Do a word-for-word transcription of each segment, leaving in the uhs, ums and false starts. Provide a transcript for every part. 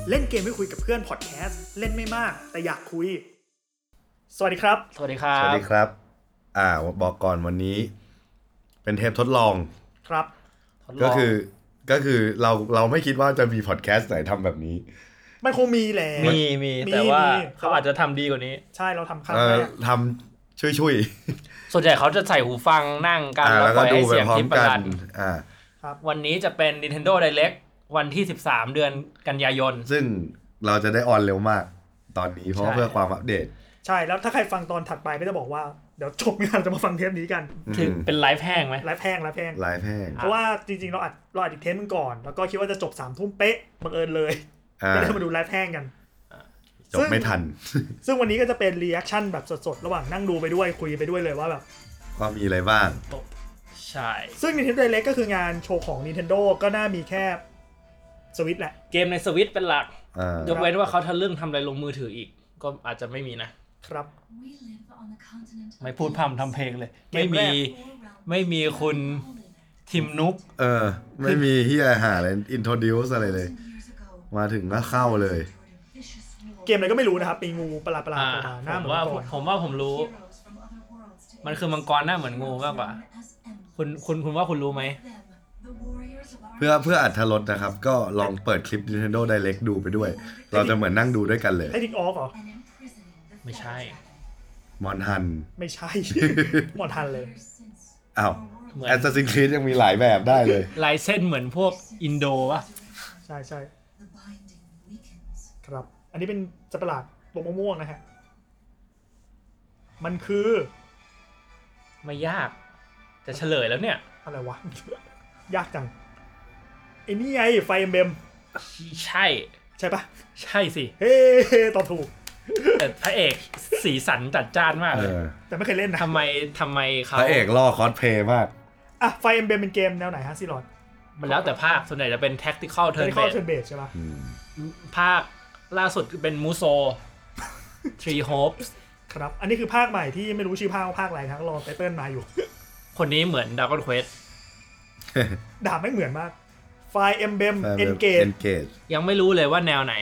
เล่นเกมไม่คุยกับเพื่อนพอดแคสต์เล่นไม่มากแต่อยากคุยสวัสดีครับสวัสดีครับสวัสดีครับอ่าบอกก่อนวันนี้เป็นเทปทดลองครับก็คือก็คือเราเราไม่คิดว่าจะมีพอดแคสต์ไหนทำแบบนี้มันคงมีแหละมีมีแต่ว่าเขาอาจจะทำดีกว่านี้ใช่เราทำครั้งแรกทำช่วยๆส่วนใหญ่เขาจะใส่หูฟังนั่งกันแล้วก็ให้เสียงทิปกันอ่าครับวันนี้จะเป็น Nintendo Direct วันที่สิบสามเดือนกันยายนซึ่งเราจะได้ออนเร็วมากตอนนี้เพราะเพื่อความอัปเดตใช่แล้วถ้าใครฟังตอนถัดไปก็จะบอกว่าเดี๋ยวจบงานจะมาฟังเทปนี้กันถึงเป็นไลฟ์แห้งไหมไลฟ์แห้งไลฟ์แห้งไลฟ์แห้งเพราะว่าจริงๆเราอัดเราอัดอีกเทปนึงก่อนแล้วก็คิดว่าจะจบสามทุ่มเป๊ะบังเอิญเลยก็เลยมาดูไลฟ์แห้งกันจบไม่ทันซึ่งวันนี้ก็จะเป็นรีแอคชั่นแบบสดๆระหว่างนั่งดูไปด้วยคุยไปด้วยเลยว่าแบบว่ามีอะไรบ้างใช่ซึ่ง Nintendo Direct ก็คืองานโชว์ของ Nintendo ก็น่ามีแค่สวิตช์แหละเกมในสวิตช์เป็นหลักยกเว้นว่าเขาทะลึ่งทำอะไรลงมือถืออีกก็อาจจะไม่มีนะครับไม่พูดพร่ำทำเพลงเลยไม่มีไม่มีคุณทิมนุ๊กเออไม่มีเฮียหาอะไรอินโทรดิวส์อะไรเลยมาถึงก็เข้าเลยเกมอะไรก็ไม่รู้นะครับเป็นงูประหลาดประหลาดหน้าเหมือนมังกรผมว่าผมรู้มันคือมังกรหน้าเหมือนงูมากกว่าคุณคุณคุณว่าคุณรู้ไหมเพื่อเพื่ออรรถรสนะครับก็ลองเปิดคลิป Nintendo Direct ดูไปด้วยเราจะเหมือนนั่งดูด้วยกันเลยให้ทิกออกเหรอไม่ใช่มอนฮันไม่ใช่มอนฮันเลยอ้าวแอสซัสซิน Creed ยังมีหลายแบบได้เลยลายเส้นเหมือนพวกอินโดวะใช่ใช่ครับอันนี้เป็นสัตว์ประหลาดตัวม่วงๆนะฮะมันคือไม่ยากจะเฉลยแล้วเนี่ยอะไรวะยากจังไอ้นี่ไงไฟเอ็มเบมใช่ใช่ปะใช่สิเฮ้ตอบถูกแต่พระเอกสีสันจัดจ้านมากเลยแต่ไม่เคยเล่นนะทำไมทำไมเขาพระเอกล่อคอสเพลย์มากอ่ะไฟเอ็มเบมเป็นเกมแนวไหนฮะซีรอนมันแล้วแต่ภาคส่วนใหญ่จะเป็น tactical turn based ใช่ปะภาคล่าสุดเป็นมูโซ Three Hopes ครับอันนี้คือภาคใหม่ที่ไม่รู้ชื่อภาคภาคอะไรนะรอไตเติ้ลมาอยู่คนนี้เหมือน Dragon Quest ดาบไม่เหมือนมากไฟเอ็มเบม Engage ยังไม่รู้เลยว่าแนวไหน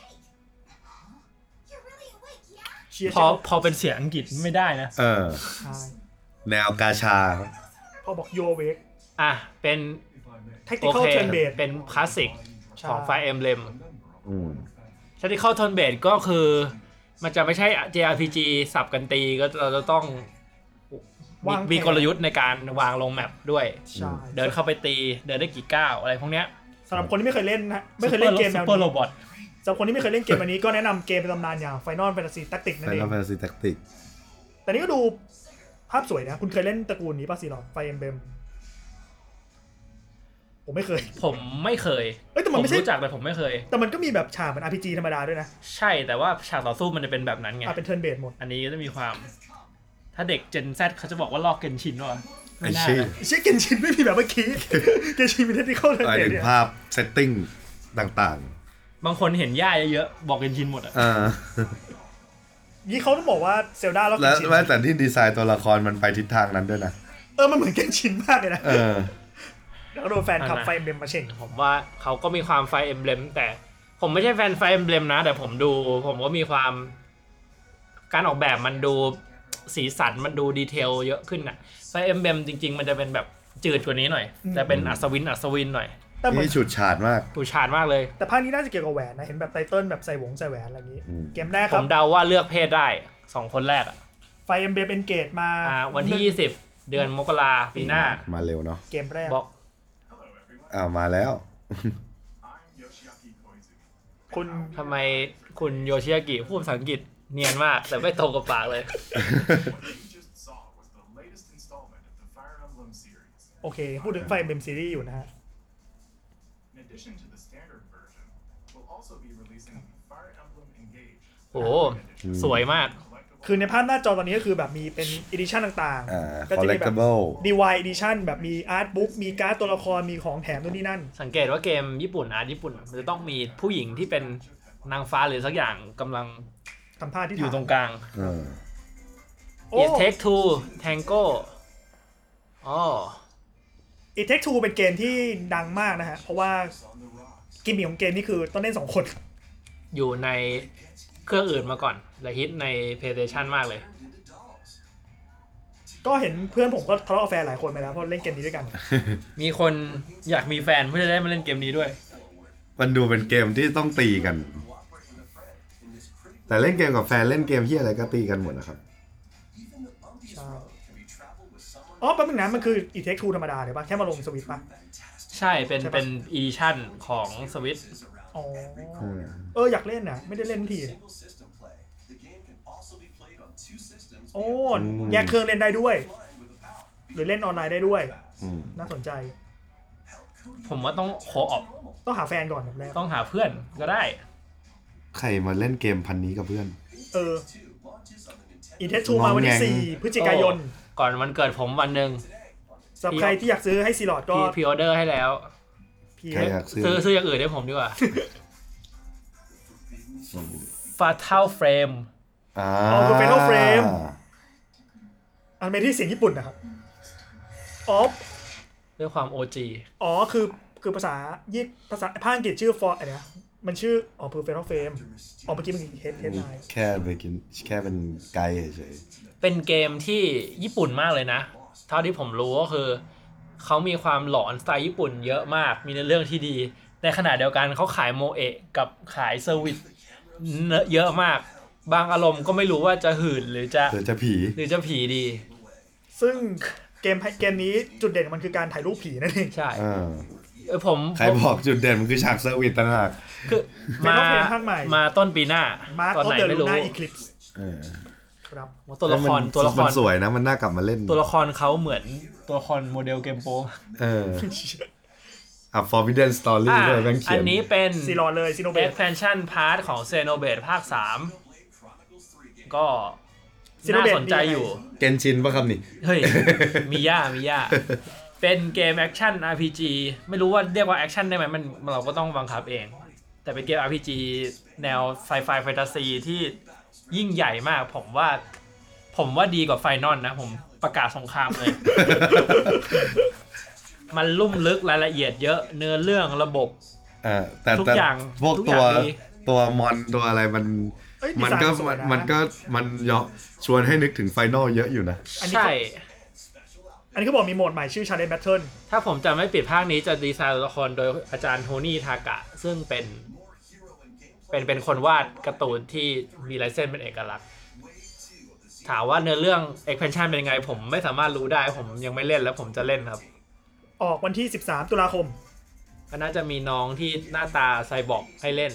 พอพอเป็นเสียงอังกฤษไม่ได้นะเออแนวกาชาพอบอกโยเวกอ่ะเป็น Tactical Turn Based เป็นคลาสสิกของ Fire Emblem Tactical Turn Based ก็คือมันจะไม่ใช่ เจ อาร์ พี จี สับกันตีก็เราจะต้องมีกลยุทธ์ในการวางลงแมปด้วยเดินเข้าไปตีเดินได้กี่ก้าวอะไรพวกเนี้ยสำหรับคนที่ไม่เคยเล่นนะไม่เคยเล่นเกมแนวนี้ Super Robot สำหรับคนที่ไม่เคยเล่นเกมอันนี้ก็แนะนำเกมเป็นตำนานอย่าง Final Fantasy Tactics นั่นเอง Final Fantasy Tactics แต่นี่ก็ดูภาพสวยนะคุณเคยเล่นตระกูลนี้ป่ะสิหรอ Fire Emblem ผมไม่เคยผมไม่เคยเอ้ยแต่มันไม่ใช่รู้จักแต่ผมไม่เคยแต่มันก็มีแบบฉากเหมือน อาร์ พี จี ธรรมดาด้วยนะใช่แต่ว่าฉากต่อสู้มันจะเป็นแบบนั้นไงอ่ะเป็น Turn Based หมดอันนี้ก็จะมีความถ้าเด็ก Gen Z เขาจะบอกว่าลอกเกนชินว่ะไม่น่านะใช่เกนชินไม่มีแบบเมื่อกี้เกนชินมี Tactical Turn Based เนี่ยภาพเซตติ้งต่างๆบางคนเห็นหญ้าเยอะๆบอกเกนชินหมดอ่ะนี่เขาต้องบอกว่าเซลดาแล้วเกนชินแล้วแต่ที่ดีไซน์ตัวละครมันไปทิศทางนั้นด้วยนะเออมันเหมือนเกนชินมากเลยนะเออแล้วโดนแฟนคลับไฟเอ็มเบลมมาเช่งผมว่าเขาก็มีความไฟเอ็มเบลมแต่ผมไม่ใช่แฟนไฟเอ็มเบลมนะแต่ผมดูผมก็มีความการออกแบบมันดูสีสันมันดูดีเทลเยอะขึ้นน่ะไฟเอ็มเบลมจริงๆมันจะเป็นแบบจืดกว่านี้หน่อยแต่เป็นอัศวินอัศวินหน่อยนี่ฉูดฉาดมากฉูดฉาดมากเลยแต่ภาคนี้น่าจะเกี่ยวกับแหวนนะเห็นแบบไตเติ้ลแบบใส่วงใส่แหวนอะไรอย่างนี้เกมแรกครับผมเดาว่าเลือกเพศได้สองคนแรกอ่ะไฟเอ็มเบลเป็นเกตมาอ่าวันที่ยี่สิบเดือนมกราปีหน้ามาเร็วเนาะเกมแรกบอกอ้าวมาแล้วคุณทำไมคุณโยชิยากิพูดภาษาอังกฤษเนียนมากแต่ไม่ตรงกับปากเลยโอเคพูดถึงไฟเอ็มซีรีส์อยู่นะฮะโอ้สวยมากคือในภาพหน้าจอตอนนี้ก็คือแบบมีเป็นอีดิชั่นต่างๆก็จะมีแบบดี วาย Edition แบบมีอาร์ตบุ๊กมีการ์ดตัวละครมีของแถมนู่นนี่นั่นสังเกตว่าเกมญี่ปุ่นอาร์ตญี่ปุ่นมันจะต้องมีผู้หญิงที่เป็นนางฟ้าหรือสักอย่างกำลังทำท่าที่อยู่ตรงกลาง It Take Two Tango อ๋อ It Take Two เป็นเกมที่ดังมากนะฮะเพราะว่ากิมมิคของเกมนี่คือต้องเล่นสองคนอยู่ในเครื่องอื่นมาก่อนและฮิตใน PlayStation มากเลยก็เห็นเพื่อนผมก็ทะเลาะกับแฟนหลายคนไปแล้วเพราะเล่นเกมนี้ด้วยกันมีคนอยากมีแฟนเพื่อจะได้มาเล่นเกมนี้ด้วยมันดูเป็นเกมที่ต้องตีกัน แต่เล่นเกมกับแฟนเล่นเกมที่อะไรก็ตีกันหมดนะครับใช่อ๋อแป๊บนึงนะมันคือ อี Take Two ธรรมดาเลยปะแค่มาลงสวิตช์ปะใช่เป็นเป็นอีดิชั่นของสวิตอ๋อเอออยากเล่นนะไม่ได้เล่นทีโอ้แยกเครื่องเล่นได้ด้วย หรือเล่นออนไลน์ได้ด้วยน่าสนใจผมว่าต้องโคออปต้องหาแฟนก่อนแบบแรกต้องหาเพื่อนก็ได้ใครมาเล่นเกมพันนี้กับเพื่อนเออ อี Take Two มาวันที่สี่พฤศจิกายนก่อนวันเกิดผมวันหนึ่งสำหรับใครที่อยากซื้อให้ซีลอดก็พรีออเดอร์ให้แล้วใครอยากซื้อซื้อซื้ออย่างอื่นให้ผมดีกว่า Fatal Frame อ๋อคือ Fatal Frame อันเป็นที่เสียงญี่ปุ่นนะครับอ๋อด้วยความ โอ จีอ๋อคือคือภาษาญี่ภาษาภาษาอังกฤษชื่อ for อะไรนะมันชื่ออ๋อ Fatal Frame อ๋อเมื่อกี้มันเฮดเฮดไลน์แค่ไปกินแค่เป็นไกด์เฉยๆเป็นเกมที่ญี่ปุ่นมากเลยนะเท่าที่ผมรู้ก็คือเขามีความหลอนสไตล์ญี่ปุ่นเยอะมากมีในเรื่องที่ดีในขณะเดียวกันเขาขายโมเอะกับขายเซอร์วิสเยอะมากบางอารมณ์ก็ไม่รู้ว่าจะหื่นหรือจะหรือจะผีหรือจะผีดีซึ่งเกมเกมนี้จุดเด่นมันคือการถ่ายรูปผีนั่นเองใช่เออผมใครบอกจุดเด่นมันคือฉากเซอร์วิสต่างหากคือมามาต้นปีหน้าตอนไหนไม่รู้เออครับตัวละครตัวละครสวยนะมันน่ากลับมาเล่นตัวละครเขาเหมือนตัวละครโมเดลเกมโปเอออ่ะ Forbidden Story ด้วยแบงค์เขียนอันนี้เป็นซีรอเลย Xenoblade expansion part ของ Xenoblade ภาคสามก็น่าสนใจอยู่เกนชินป่ะครับนี่เฮ้ยมีย่ามีย่าเป็นเกมแอคชั่น อาร์ พี จี ไม่รู้ว่าเรียกว่าแอคชั่นได้ไหมมันเราก็ต้องบังคับเองแต่เป็นเกม อาร์ พี จี แนวไซไฟแฟนตาซีที่ยิ่งใหญ่มากผมว่าผมว่าดีกว่าไฟนอลนะผมประกาศสงครามเลย มันลุ่มลึกรายละเอียดเยอะเนื้อเรื่องระบบแต่ทุกอย่างพวกตัวตัวมอนตัวอะไรมันมันก็มันก็มันยอชวนให้นึกถึงไฟนอลเยอะอยู่นะใช่อันนี้เขาบอกมีโหมดใหม่ชื่อ Challenge Battle ถ้าผมจำไม่ผิดภาคนี้จะดีไซน์ตัวละครโดยอาจารย์โทนี่ทากะซึ่งเป็นเป็นเป็นคนวาดการ์ตูนที่มีลายเส้นเป็นเอกลักษณ์ถามว่าเนื้อเรื่อง expansion เป็นยังไงผมไม่สามารถรู้ได้ผมยังไม่เล่นแล้วผมจะเล่นครับออกวันที่สิบสามตุลาคมก็น่าจะมีน้องที่หน้าตาไซบอร์กให้เล่น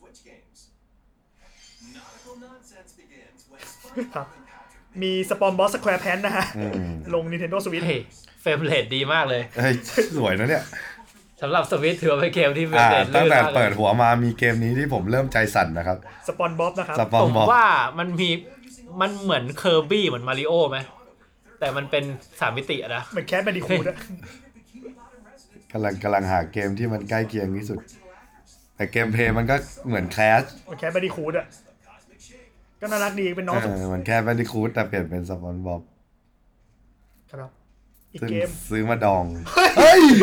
ครับมีสปอนบอสสแควร์แพนนะฮะลง Nintendo Switch เฟรมเรทดีมากเลยสวยนะเนี่ยสำหรับสวิตถือว่าเป็นเกมที่เฟรมเรทตั้งแต่เปิดหัวมามีเกมนี้ที่ผมเริ่มใจสั่นนะครับสปอนบอสนะครับผมว่ามันมีมันเหมือนเคอร์บี้เหมือนมาริโอไหมแต่มันเป็นสามมิติอะนะเหมือนแคสแบนดิคูดอะกำลังกำลังหาเกมที่มันใกล้เคียงที่สุดแต่เกมเพลย์มันก็เหมือนแคสเหมือนแคสแบนดิคูดอะก็น่ารักดีเป็นน้องเหมือนแคสแบนดิคูดแต่เปลี่ยนเป็นสปอนบอสครับอีกเกมซื้อมาดองเฮ้ย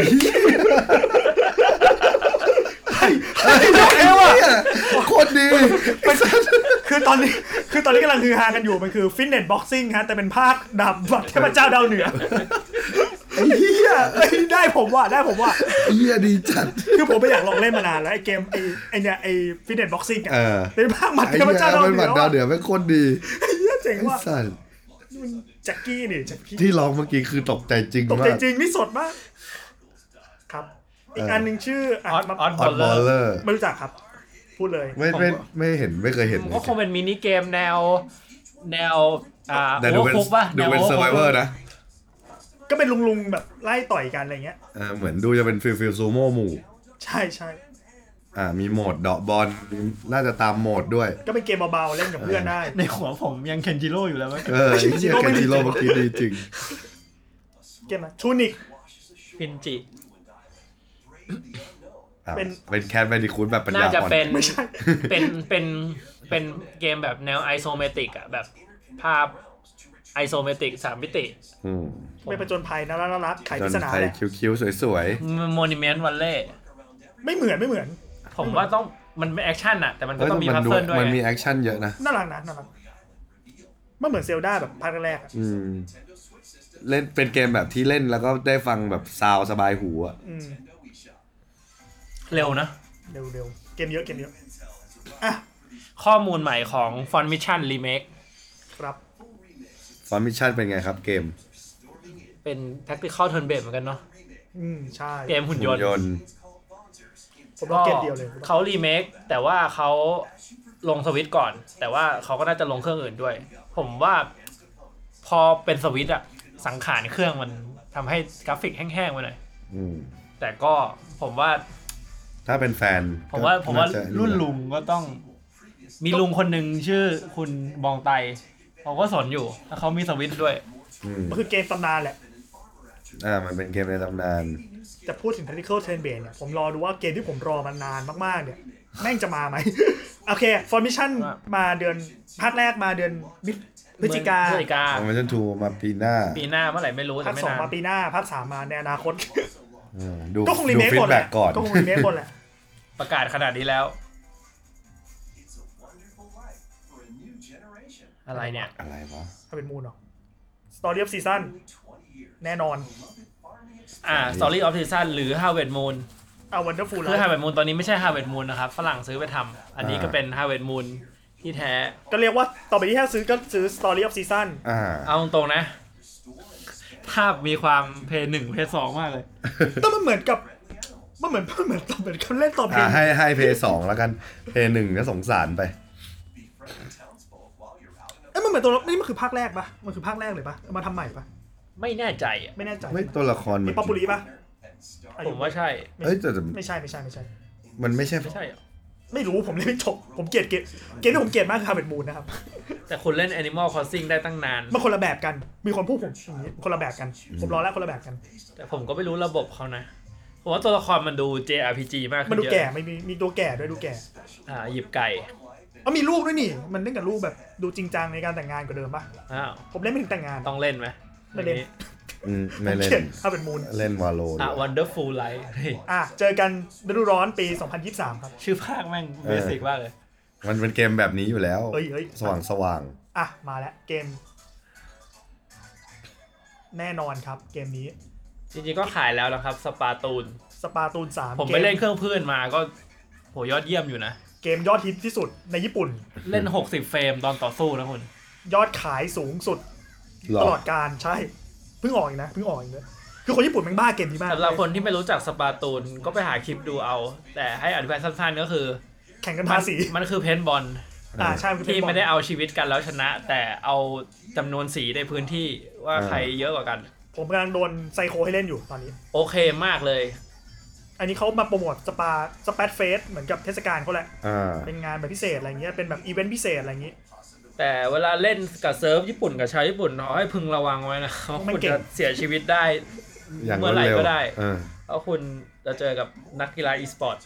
เฮ้ยเอวอ่ะโคตรดีคือตอนนี้คือตอนนี้กำลังฮือฮากันอยู่มันคือฟิตเนสบ็อกซิ่งฮะแต่เป็นภาคดาบบัตรเทพเจ้าดาวเหนือเฮียได้ผมว่าได้ผมว่าเฮียดีจัดคือผมไม่อยากลองเล่นมานานแล้วไอ้เกมไอ้ไอ้เนี่ยไอ้ฟิตเนสบ็อกซิ่งอ่ะเป็นภาคบัตรเทพเจ้าดาวเหนือเป็นบัตรดาวเหนือเป็นโคตรดีเฮียเจ๋งว่ะแจ็คกี้นี่แจ็คกี้ที่ร้องเมื่อกี้คือตกใจจริงมากตกใจจริงนี่สดมากครับอีกอันนึงชื่อออดออดบอลเลอร์ไม่รู้จักครับพูดเลยไม่ไม่ไม่เห็นไม่เคยเห็นก็คงเป็นมินิเกมแนวแนวอ่าโอเวอร์คุกป่ะดูเป็นเซอร์ไวเวอร์นะก็เป็นลุงๆแบบไล่ต่อยกันอะไรเงี้ยอ่าเหมือนดูจะเป็นฟิลฟิลซูโม่หมู่ใช่ใช่อ่ามีโหมดเดาะบอลน่าจะตามโหมดด้วยก็เป็นเกมเบาๆเล่นกับเพื่อนได้ในหัวผมยังเคนจิโร่อยู่แล้วมั้ยเออเคนจิโร่เมื่อกี้ดีจริงเกมอะทูนิกพินจิเป็นเป็นแคสแบนดิคูดแบบปัญญาอ่อนน่าจะเป็นเป็นเป็นเป็นเกมแบบแนวไอโซเมตริกอ่ะแบบภาพไอโซเมตริกสามมิติไม่ประจนภัยน่ารักๆไขปริศนาแหละคิ้วๆสวยๆโมนิเมนต์วันเล่ไม่เหมือนไม่เหมือนผมว่าต้องมันเป็นแอคชั่นอะแต่มันก็เฮ้ยต้องมีมัพัซดูเซิลด้วยมันไงมีแอคชั่นเยอะนะน่ารักนะน่ารักมันเหมือนเซลดาแบบภาคแรกๆอะอืมเล่นเป็นเกมแบบที่เล่นแล้วก็ได้ฟังแบบซาวด์สบายหูอ่ะอืมเร็วนะเร็วเร็วเกมเยอะเกมเยอะอ่ะข้อมูลใหม่ของ Fun Mission Remake ครับฟอร์มิชั่นเป็นไงครับเกมเป็น Tactical Turn Based เหมือนกันเนาะอืมใช่เกมหุ่นยหุ่นนต์ยนต์ผมว่าเกมเดียวเลยเขารีเมคแต่ว่าเขาลงสวิตช์ก่อน แต่ว่าเขาก็น่าจะลงเครื่องอื่นด้วย ผมว่าพอเป็นสวิตช์อะสังขารเครื่องมันทำให้กราฟิกแห้งๆไปหน่อยอืมแต่ก็ผมว่าถ้าเป็นแฟนผมว่าก็ผมว่าน่จะรุ่นลุงก็ต้อง มีลุงคนหนึ่งชื่อคุณบองไตเขาก็สนอยู่แล้วเขามีสวิตช์ด้วยอืมมันคือเกมตำนานแหละอ่ามันเป็นเกมในตำนานจะพูดถึง Tactical Turn Based เนี่ยผมรอดูว่าเกมที่ผมรอมานานมากๆเนี่ยแม่งจะมาไหม โอเค Formation ว่ามาเดือนภาคแรกมาเดือนมิถุพฤศจิกาพฤศจิกาคอมมิชชั่นทูมาปีหน้าปีหน้าเมื่อไหร่ไม่รู้แต่ภาคไม่สองนานมาปีหน้าภาคสามมาในอนาคตอืมดูก็คงรีดูเมคฟีหมดดแหแบ็ละกก่อนก็คงรีเมคหมดแหละประกาศขนาดนี้แล้ว อะไรเนี่ยอะไรวะถ้าเป็นมูนเหรอ Story of Season แน่นอนอ่า Story of Season หรือ Harvest Moon เอา Wonderful คือ Life Harvest Moon ตอนนี้ไม่ใช่ Harvest Moon นะครับฝรั่งซื้อไปทำอันนี้ก็เป็น Harvest Moon ที่แท้ก็เรียกว่าต่อไปที่ถ้าซื้อก็ซื้อ Story of Season อ่าเอาตรงๆนะภาพมีความเพย์หนึ่งเพย์สองมากเลยแต่มันเหมือนกับมันเหมือนมันเหมือนเหมือนเขาเล่นต่อเพลอ่าง ให้ให้เพย์สองแล้วกันเพย์หนึ่งก็สงสารไปเอ้ยมันเหมือนตัวนี่มันคือภาคแรกปะมันคือภาคแรกเลยปะเอามาทำใหม่ปะไม่แน่ใจอ่ะไม่แน่ใจไม่ตัวละครมีป๊อปปูลีปะผมว่าใช่เอ้ยแต่แต่ไม่ใช่ไม่ใช่ไม่ใช่มันไม่ใช่ไม่ใช่เหรอไม่รู้ผมเล่นไม่จบผมเกลียดเกมเกมที่ผมเกลียดมากคือ Harvest Moon นะครับแต่คุณเล่น Animal Crossing ได้ตั้งนานมันคนละแบบกัน มีคนพูดผมอย่างนี้คนละแบบกัน ผมรอแล้วคนละแบบกันแต่ผมก็ไม่รู้ระบบเขานะผมว่าตัวละครมันดู เจ อาร์ พี จี มากขึ้มันนดูเยอะแก่ไม่มีมีตัวแก่ด้วยดูแก่อ่าหยิบไก่เอามีลูกด้วยนี่ มันเล่นกับลูกแบบดูจริงจังในการแต่งงานกว่าเดิมปะอ้าวผมเล่นไม่ถึงแต่งงานต้องเล่นไหมไม่เล่นอืมไม่เล่เกลียดน Harvest Moon เล่นวาโลอ่ะ Wonderful Life เฮ้ยอ่ะเจอกันฤดูร้อนปี สองพันยี่สิบสาม ครับชื่อภาคแม่งเบสิกมากเลยมันเป็นเกมแบบนี้อยู่แล้วเอ้ยเอ้ยสว่างสว่างอ่ะมาแล้วเกม แน่นอนครับเกมนี้จริงๆก็ขายแล้วนะครับสปาตูนสปาตูนสามผมไปเล่นเครื่องเพื่อนมาก็โหยอดเยี่ยมอยู่นะเกมยอดฮิตที่สุดในญี่ปุ่นเล่น หกสิบ เฟรมตอนต่อสู้นะคุณยอดขายสูงสุดหรอตลอดการใช่เพิ่งออกอีกนะเพิ่งออกอีกเลยคือคนญี่ปุ่นแม่งบ้าเกมนี้มากสำหรับคนที่ไม่รู้จักสปาตูนก็ไปหาคลิปดูเอา แต่ให้อธิบายสั้นๆก็คือแข่งกันมัทาน สีมันคือเพนบอลอ่าใช่นคือที่เป็นบอลไม่ได้เอาชีวิตกันแล้วชนะ แต่เอาจำนวนสีในพื้นที่ว่าใครเยอะกว่ากันผมกำลังโดนไซโคให้เล่นอยู่ตอนนี้โอเคมากเลยอันนี้เขามาโปรโมทสปาสเปซเฟสเหมือนกับเทศกาลเขาแหละอ่าเป็นงานแบบพิเศษอะไรเงี้ยเป็นแบบอีเวนต์พิเศษอะไรอย่างงี้แต่เวลาเล่นกับเซิร์ฟญี่ปุ่นกับชาวญี่ปุ่นขอให้พึงระวังไว้นะเพราะไม่คุณเก่งจะเสียชีวิตได้อย่างรเมื่วอดไหร่เร็วก็ได้เออเพราะคุณจะเจอกับนักกีฬาอีสปอร์ต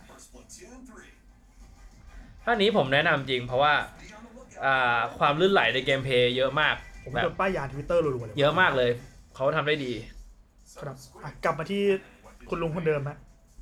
ท่านี้ผมแนะนำจริงเพราะว่าอ่าความลื่นไหลในเกมเพลย์เยอะมากผมแบโดบนป้ายยาทวิตเตอร์รัวๆเลยเยอะมากเลย เขาทำได้ดีครับอ่ะกลับมาที่คุณลุงคนเดิมฮะ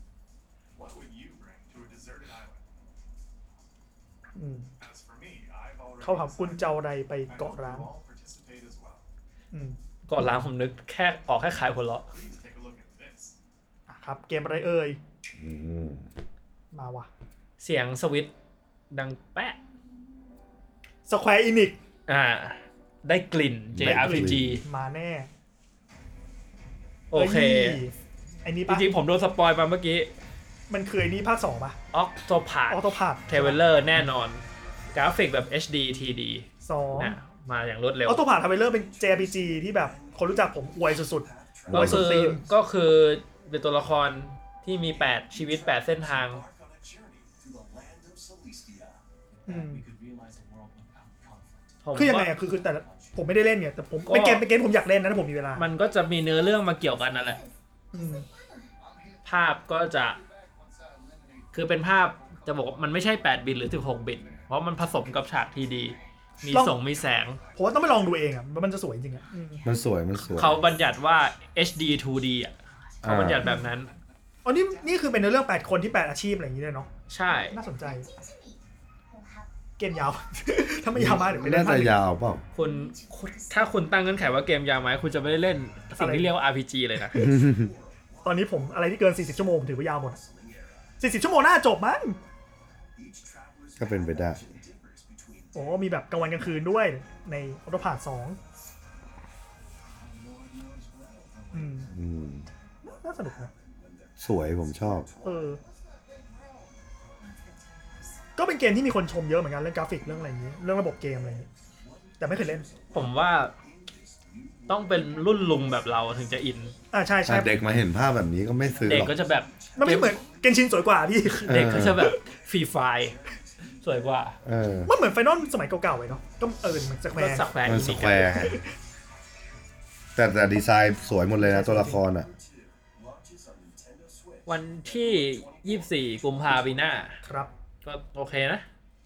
อืมเขาถามคุณเจ้าใดไปเกาะร้างอืมก่อนล้างผมนึกแค่ออกแค่ขายผลเลาะอ่ะครับเกมอะไรเอ่ยอืมมาว่ะเสียงสวิตช์ดังแปะ Square Enix อ่า ได้กลิ่น เจ อาร์ พี จีมาแน่โอเคยไอ้นี่จปะริงๆผมโดนสปอยไปเมื่อกี้มันคือไอ้นี่ภาคสองปะออกโตพาออโตพาดเทเวลเลอร์แน่นอน กราฟิกแบบ เอช ดี ที ดีสองนะมาอย่างรวดเร็วออโตพาดทาวเวลเลอร์เป็น เจ อาร์ พี จี ที่แบบคนรู้จักผมอวยสุดๆอก็วยสุดคือตีนก็คือเป็นตัวละครที่มี แปด ชีวิต แปด เส้นทางอืมผมคือยังไงว่าอ่ะคือคือแต่ละผมไม่ได้เล่นเนี่ยแต่ผมก็เป็นเกมเป็นเกมผมอยากเล่นนะถ้าผมมีเวลามันก็จะมีเนื้อเรื่องมาเกี่ยวกันนั่นแหละอืมภาพก็จะ คือเป็นภาพจะบอกว่ามันไม่ใช่แปดบิตหรือสิบหกบิต เพราะมันผสมกับฉากทีดี มีส่งมีแสงผมว่าต้องไปลองดูเองอ่ะมันจะสวยจริงๆอ่ะอืมมันสวยมันสวยเขาบัญญัติว่า เอช ดี ทู ดี อ่ะเขาบัญญัติแบบนั้นอ๋อนี่นี่คือเป็นในเรื่องแปดคนที่แปดอาชีพอะไรอย่างงี้เลยเนาะใช่น่าสนใจ เกมยาว ถ้าไม่ยาวมากเดี๋ยวไม่ได้น่าจะยาวเปล่าคุณถ้าคุณตั้งเงื่อนไขว่าเกมยาวไหมคุณจะไม่ได้เล่นสิ่งที่เรียกว่า อาร์ พี จี เลยนะตอนนี้ผมอะไรที่เกินสี่สิบชั่วโมงถือว่ายาวหมดสี่สิบชั่วโมงน่าจบมั้งก็เป็นไปได้โอ้มีแบบกลางวันกลางคืนด้วยในออโตพาร์ทสองอืมอืมน่าสนุกนะสวยผมชอบเออ ก็เป็นเกมที่มีคนชมเยอะเหมือนกันเรื่องกราฟิกเรื่องอะไรอย่างนี้ เรื่องระบบเกมอะไรอย่างนี้ แต่ไม่เคยเล่นผมว่าต้องเป็นรุ่นลุงแบบเราถึงจะอินอ่าใช่ใช่เด็กมาเห็นภาพแบบนี้ก็ไม่ซื้อเด็หกรอกก็จะแบบมันไม่เหมือนเกนชินสวยกว่าพี่เด็กก็จะแบบฟรีไฟสวยกว่าเออมันเหมือนไฟนอลสมัยเก่าๆเลยเนาะ ก็เออเหมือนสแควก็ร์สักแฟร์มันอิสนิกแควร์ไงแต่แต่ดีไซน์สวยหมดเลยนะตัวละครอ่ะวันที่ยี่สิบสี่กุมภาพันธ์ปีหน้าครับก็โอเคนะ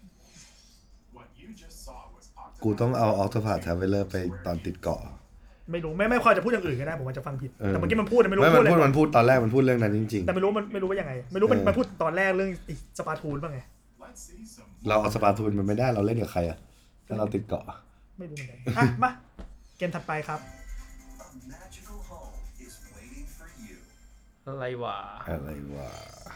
กูต้องเอาออโตพาร์ททราเวลเลอร์ไปตอนติดเกาะไม่รู้ไม่ไม่ควรจะพูดอย่างอื่นก็ได้ผมว่าจะฟังผิดเออแต่เมื่อกี้มันพูดนะไม่รู้ไม่พูมัดนอะไรพูดก่อมัน นพูดตอนแรกมันพูดเรื่องนั้นจริงแต่ไม่รู้มันไม่รู้ว่ายังไง ไม่รู้มันเออมันพูดตอนแรกเรื่องอีสปาทูนป่ะไงๆ เราเอาสปาทูนมันไม่ได้เราเล่นกับใครอ่ะถ้าเราติดเกาะไม่รู้เหมือนกันอ่ะมา เกมถัดไปครับอะไรวะอะไรวะ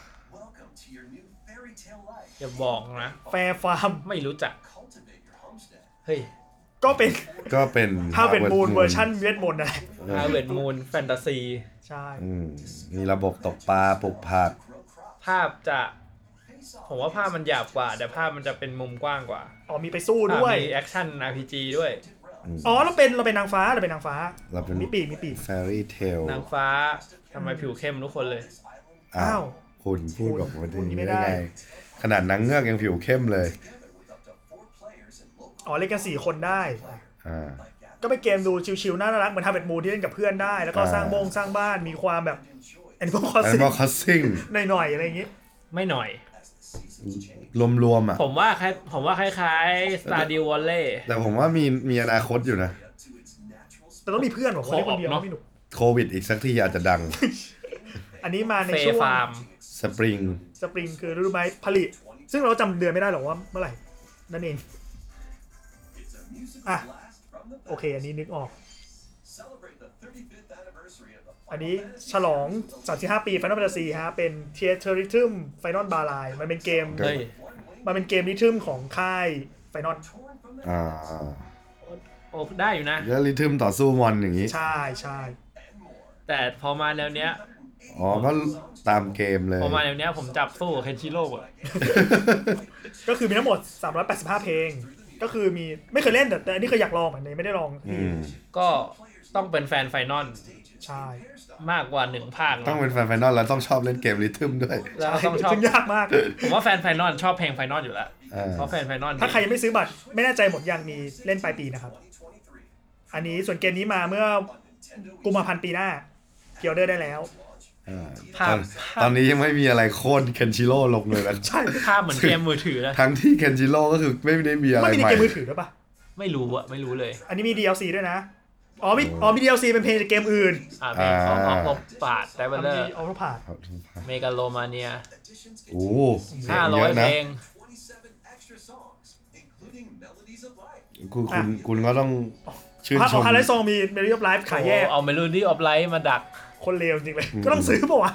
อย่าบอกนะแฟร์ฟาร์มไม่รู้จัก เฮ้ยก็เป็นก็เป็นถ้าเป็นมูนเวอร์ชันเวทมนต์นะเออฮาเวิร์ดมูนแฟนตาซีใช่อืมมีระบบตกปลาปลูกผักภาพจะ ผมว่าภาพมันหยาบกว่า แต่ภาพมันจะเป็นมุมกว้างกว่าอ๋อมีไปสู้ด้วยมีแอคชั่น อาร์ พี จี ด้วยอ๋อเราเป็นเราเป็นนางฟ้าเราเป็นนางฟ้าเราเป็นมีปีกมีปีกแฟรี่เทลนางฟ้าทำไมผิวเข้มทุกคนเลยอ้าอ้าว วคุณพูดออกมาพูดอย่างนี้ได้ไม่ได้ไง ขนาดนางเงือกยังผิวเข้มเลยอ๋อเล่นกันสี่คนได้อ่าก็เป็นเกมดูชิวๆน่ารักเหมือนทำเป็นมูนที่เล่นกับเพื่อนได้ แล้วก็อ่าสร้างบงสร้างบ้านมีความแบบ Animal อัน Crossing นี้คอสซิ่งหน่อยๆอะไรอย่างงี้ไม่หน่อยรวมๆอ่ะผมว่าคล้ายผมว่าคล้ายๆ Stardew Valley แต่ผมว่ามีมีอนาคตอยู่นะแต่ต้องมีเพื่อนบอกว่าเล่นคนเดียวขอออกเนอะไม่หนุกโควิดอีกสักทีอาจจะดังอันนี้มาในเฟช่วงฟาร์มสปริงสปริงคือฤดูใบไม้ผลิต ซึ่งเราจำเดือนไม่ได้หรอกว่าเมื่อไหร่ นั่นเอง อ่ะ โอเค อันนี้นึกออก อันนี้ฉลองสามสิบห้าปี Final Fantasy ฮะ เป็น Theater Rhythm Final Ballet มันเป็นเกมเฮ้ยมันเป็นเกมริทึมของค่าย Final อ่าโอ้ได้อยู่นะแล้วริทึมต่อสู้มอนอย่างนี้ใช่ใช่แต่พอมาแนวเนี้ยอ๋อ ก็ตามเกมเลยพอมาแนวเนี้ยผมจับสู้กับเคนชิโร่อะก็คือมีทั้งหมดสามร้อยแปดสิบห้าเพลง ก็คือมีไม่เคยเล่นแต่แต่อันนี้เคยอยากลองเหมือนกันไม่ได้ลองอืมก็ต้องเป็นแฟนไฟนอลใช่มากกว่าหนึ่งภาคนะต้องเป็นแฟนไฟนอลแล้วต้องชอบเล่นเกมริทึมด้วยแล้วก็ต้องชอบซึ่งยากมากผมว่าแฟนไฟนอลชอบเพลงไฟนอลอยู่แล้วอ่าเพราะแฟนไฟนอลถ้าใครยังไม่ซื้อบัตรไม่แน่ใจหมดยังมีเล่นปลายปีนะครับ อันนี้ส่วนเกมนี้มาเมื่อกุมภาพันธ์ปีหน้าเกียวเดอร์ได้แล้วอ่าภาตพอนตอนนี้ยังไม่มีอะไรโค่นเคนชิโร่ลงเลยนะใช่ภาพเหมือนเกมมือถือนะทั้งที่เคนชิโร่ก็คือไม่ได้มีอะไรไม่มีในใหม่เกมมือถือด้วยปะไม่รู้อะไม่รู้เลยอันนี้มี ดี แอล ซี ด้วยนะ อ๋อมีอ๋อมี ดี แอล ซี เป็นเพลงจากเกมอื่นอ่าเพลงของออฟออฟปาดไดเวลเลอมีร์ออฟพาร์เมกาโลมาเนียโอ้ห้าร้เยอยอะเพนะลงคุณคุณคุณก็ต้องชื่นพาร์ทชของมฮาร์ไลท์ซองมี Melody of Life ขายแยกเอาเมโลดี้ออฟไลท์มาดักคนเลวจริงเลยอืมก็ต้องซื้อป่ะวะ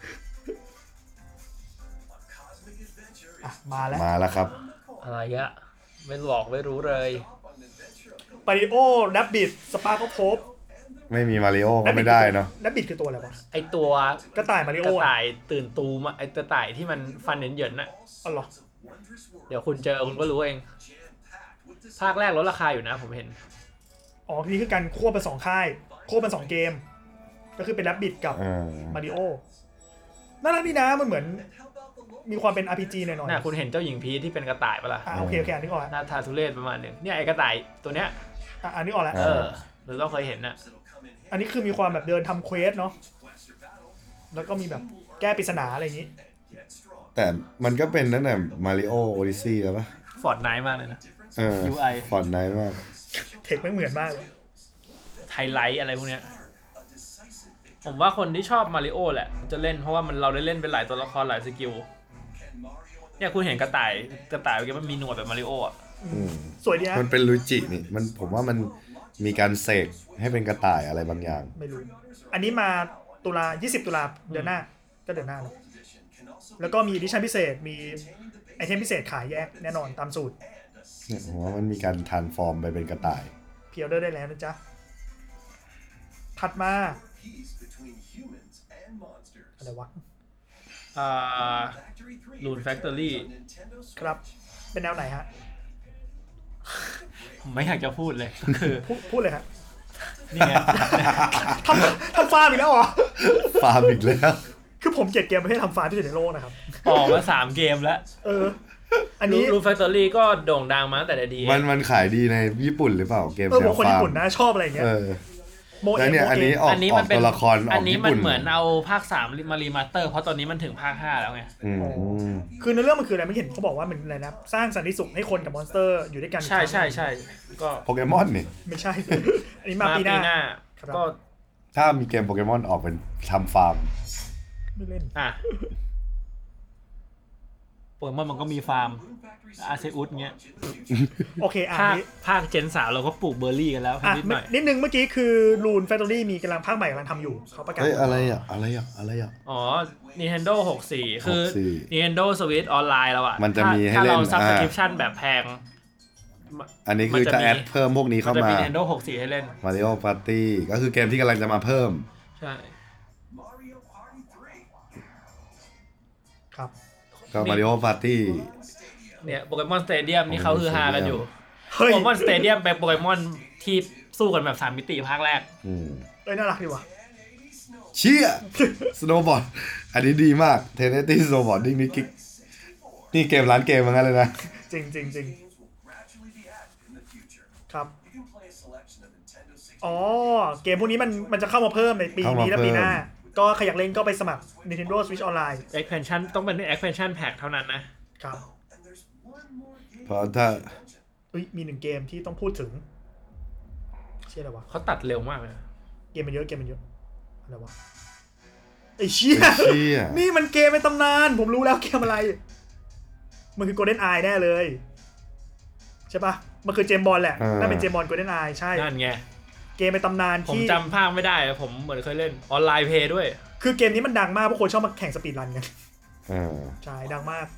อ่ะมาแล้วมาแล้วครับอะไรอะไม่บอกไม่รู้เลยปาริโอดับบิดสปาร์ก็พบไม่มีมาริโอก็ไม่ได้เนาะดับบิดคือตัวอะไรวะไอตัวกระต่ายมาริกโอระอ่ะต่ายตื่นตูมอะไอกระต่ายที่มันฟันเหยินๆน่ะอ๋อเหรอเดี๋ยวคุณเจอคุณก็รู้เอง ภาคแรกลดราคาอยู่นะผมเห็นอ๋อนี่คือการควบเป็นสองค่ายควบเป็นสองเกม ก็คือเป็นดับบิดกับอ่ามาริโอน่ารักดีนะมันเหมือนมีความเป็น อาร์ พี จี หน่อยน่ะคุณเห็นเจ้าหญิงพีชที่เป็นกระต่ายปะล่ะๆอ่ะโอเคโอเคอันนี้ออกแล้วหน้าทาทุเรศประมาณหนึ่งเนี่ยไอกระต่ายตัวเนี้ยอ่ะอันนี้ออกแล้วเออหรือเราเคยเห็นน่ะอันนี้คือมีความแบบเดินทำเควสเนาะแล้วก็มีแบบแก้ปริศนาอะไรอย่างนี้แต่มันก็เป็นตั้งแต่มาริโอโอดิซี่แล้วปะฟอร์ดไนท์มากเลยนะเออยู ไอฟอนต์ไนท์มากเทคไม่เหมือนมากเลยไฮไลท์อะไรพวกเนี้ยผมว่าคนที่ชอบมาริโอแหละจะเล่นเพราะว่ามันเราได้เล่นเป็นหลายตัวละครหลายสกิลเนี่ยคุณเห็นกระต่ายกระต่ายเมื่อกี้มันมีหนวดแบบมาริโออ่ะอืมสวยดีนะมันเป็นลุจินี่มันผมว่ามันมีการเสกให้เป็นกระต่ายอะไรบางอย่างไม่รู้อันนี้มาตุลายี่สิบตุลาเดือนหน้าก็เดือนหน้าเนอะแล้วก็มีดิชั่นพิเศษมีไอเทมพิเศษขายแยกแน่นอนตามสูตรเนี่ยผมว่ามันมีการทรานส์ฟอร์มไปเป็นกระต่ายเพียวเดอร์ได้แล้วนะจ๊ะถัดมาอะไรวะอ่าลูนแฟคทอรี่ครับเป็นแนวไหนฮะผมไม่อยากจะพูดเลยก็คือพูดพูดเลยครับนี่ไงทำทำฟาร์มอีกแล้วเหรอฟาร์มอีกแล้วคือผมเกลียดเกมประเภททำฟาร์มที่สุดในโลกนะครับออกมาสามเกมแล้วเออ อันนี้ลูนแฟคทอรี่ก็โด่งดังมาตั้งแต่ดีมันมันขายดีในญี่ปุ่นหรือเปล่าเกมเออแนผมวคนฟาญี่ร์มปุ่นนะชอบอะไรอย่างเงี้ยเออโมเอแล้วเนี่ยโมอันเอนี้ออกอันนี้ออมักนเป็นตัวละครออัอน กนี้ญี่มันปุ่นเหมือนเอาภาคสามมารีมาสเตอร์เพราะตอนนี้มันถึงภาคห้าแล้วไงอืมคือในเรื่องมันคืออะไรไม่เห็นเขาบอกว่ามันอะไรนะสร้างสันติสุขให้คนกับมอนสเตอร์อยู่ด้วยกันใช่ใช่ใช่ก็โปเกมอนนี่ไม่ใช่ อันนี้มาปีหน้า ครับก็ถ้ามีเกมโปเกมอนออกเป็นทำฟาร์มไม่เล่นอ่ะโปเกมอนมันก็มีฟาร์มอาเซอุสเงี้ยโอเคอ่ะภาคนี้ภาคเจนสามเราก็ปลูกเบอร์รี่กันแล้วอ่ะนิดหน่อยนิดนึงเมื่อกี้คือรูนแฟคทอรี่มีกำลังภาคใหม่กำลังทำอยู่เขาประกาศเฮ้ยอะไรอ่ะอะไรอ่ะอะไรอ่ะอ๋อ Nintendo หกสิบสี่ คือหกสิบสี่ Nintendo Switch ออนไลน์แล้วอ่ะมันจะมีให้ถ้าเล่นเรา Subscription แบบแพงอันนี้คือมันจะจะมีแอดเพิ่มพวกนี้มันเข้าจะมามี Nintendo หกสิบสี่ให้เล่น Mario Party ก็คือเกมที่กำลังจะมาเพิ่มใช่ครับก็ Mario Party เนี่ยโปเกมอนสเตเดียมนี่เขาคือฮากันอยู่เฮ้ยโปเกมอนสเตเดียมเป็นโปเกมอนที่สู้กันแบบสามมิติภาคแรกอืมเอ้ยน่ารักดีว่ะเชี่ย Snowboard อันนี้ดีมาก เทนเนตี้ Snowboarding นี่กิ๊กนี่เกมร้านเกมเหมือนกันเลยนะจริงจริงจริงครับอ๋อเกมพวกนี้มันมันจะเข้ามาเพิ่มในปีนี้และปีหน้า ก็ใครอยากเล่นก็ไปสมัคร Nintendo Switch Online expansion ต้องเป็น expansion pack เท่านั้นนะครับเพราะถ้าเอ้ยมีหนึ่งเกมที่ต้องพูดถึงเชี่ยอะไรวะเขาตัดเร็วมากเลยเกมมันเยอะเกมมันเยอะอะไรวะไอ้เชี่ยเชี่ยนี่มันเกมในตำนานผมรู้แล้วเกมอะไร มันคือ Golden Eye แน่เลยใช่ปะมันคือเจมบอลแหละน่าเป็นเจมบอล Golden Eye ใช่นั่นไงเกมในตำนานผมที่จำภาคไม่ได้อะผมเหมือนเคยเล่นออนไลน์เพย์ด้วยคือเกมนี้มันดังมากเพราะคนชอบมาแข่งสปีดรันกันอ่าใช่ดังมาก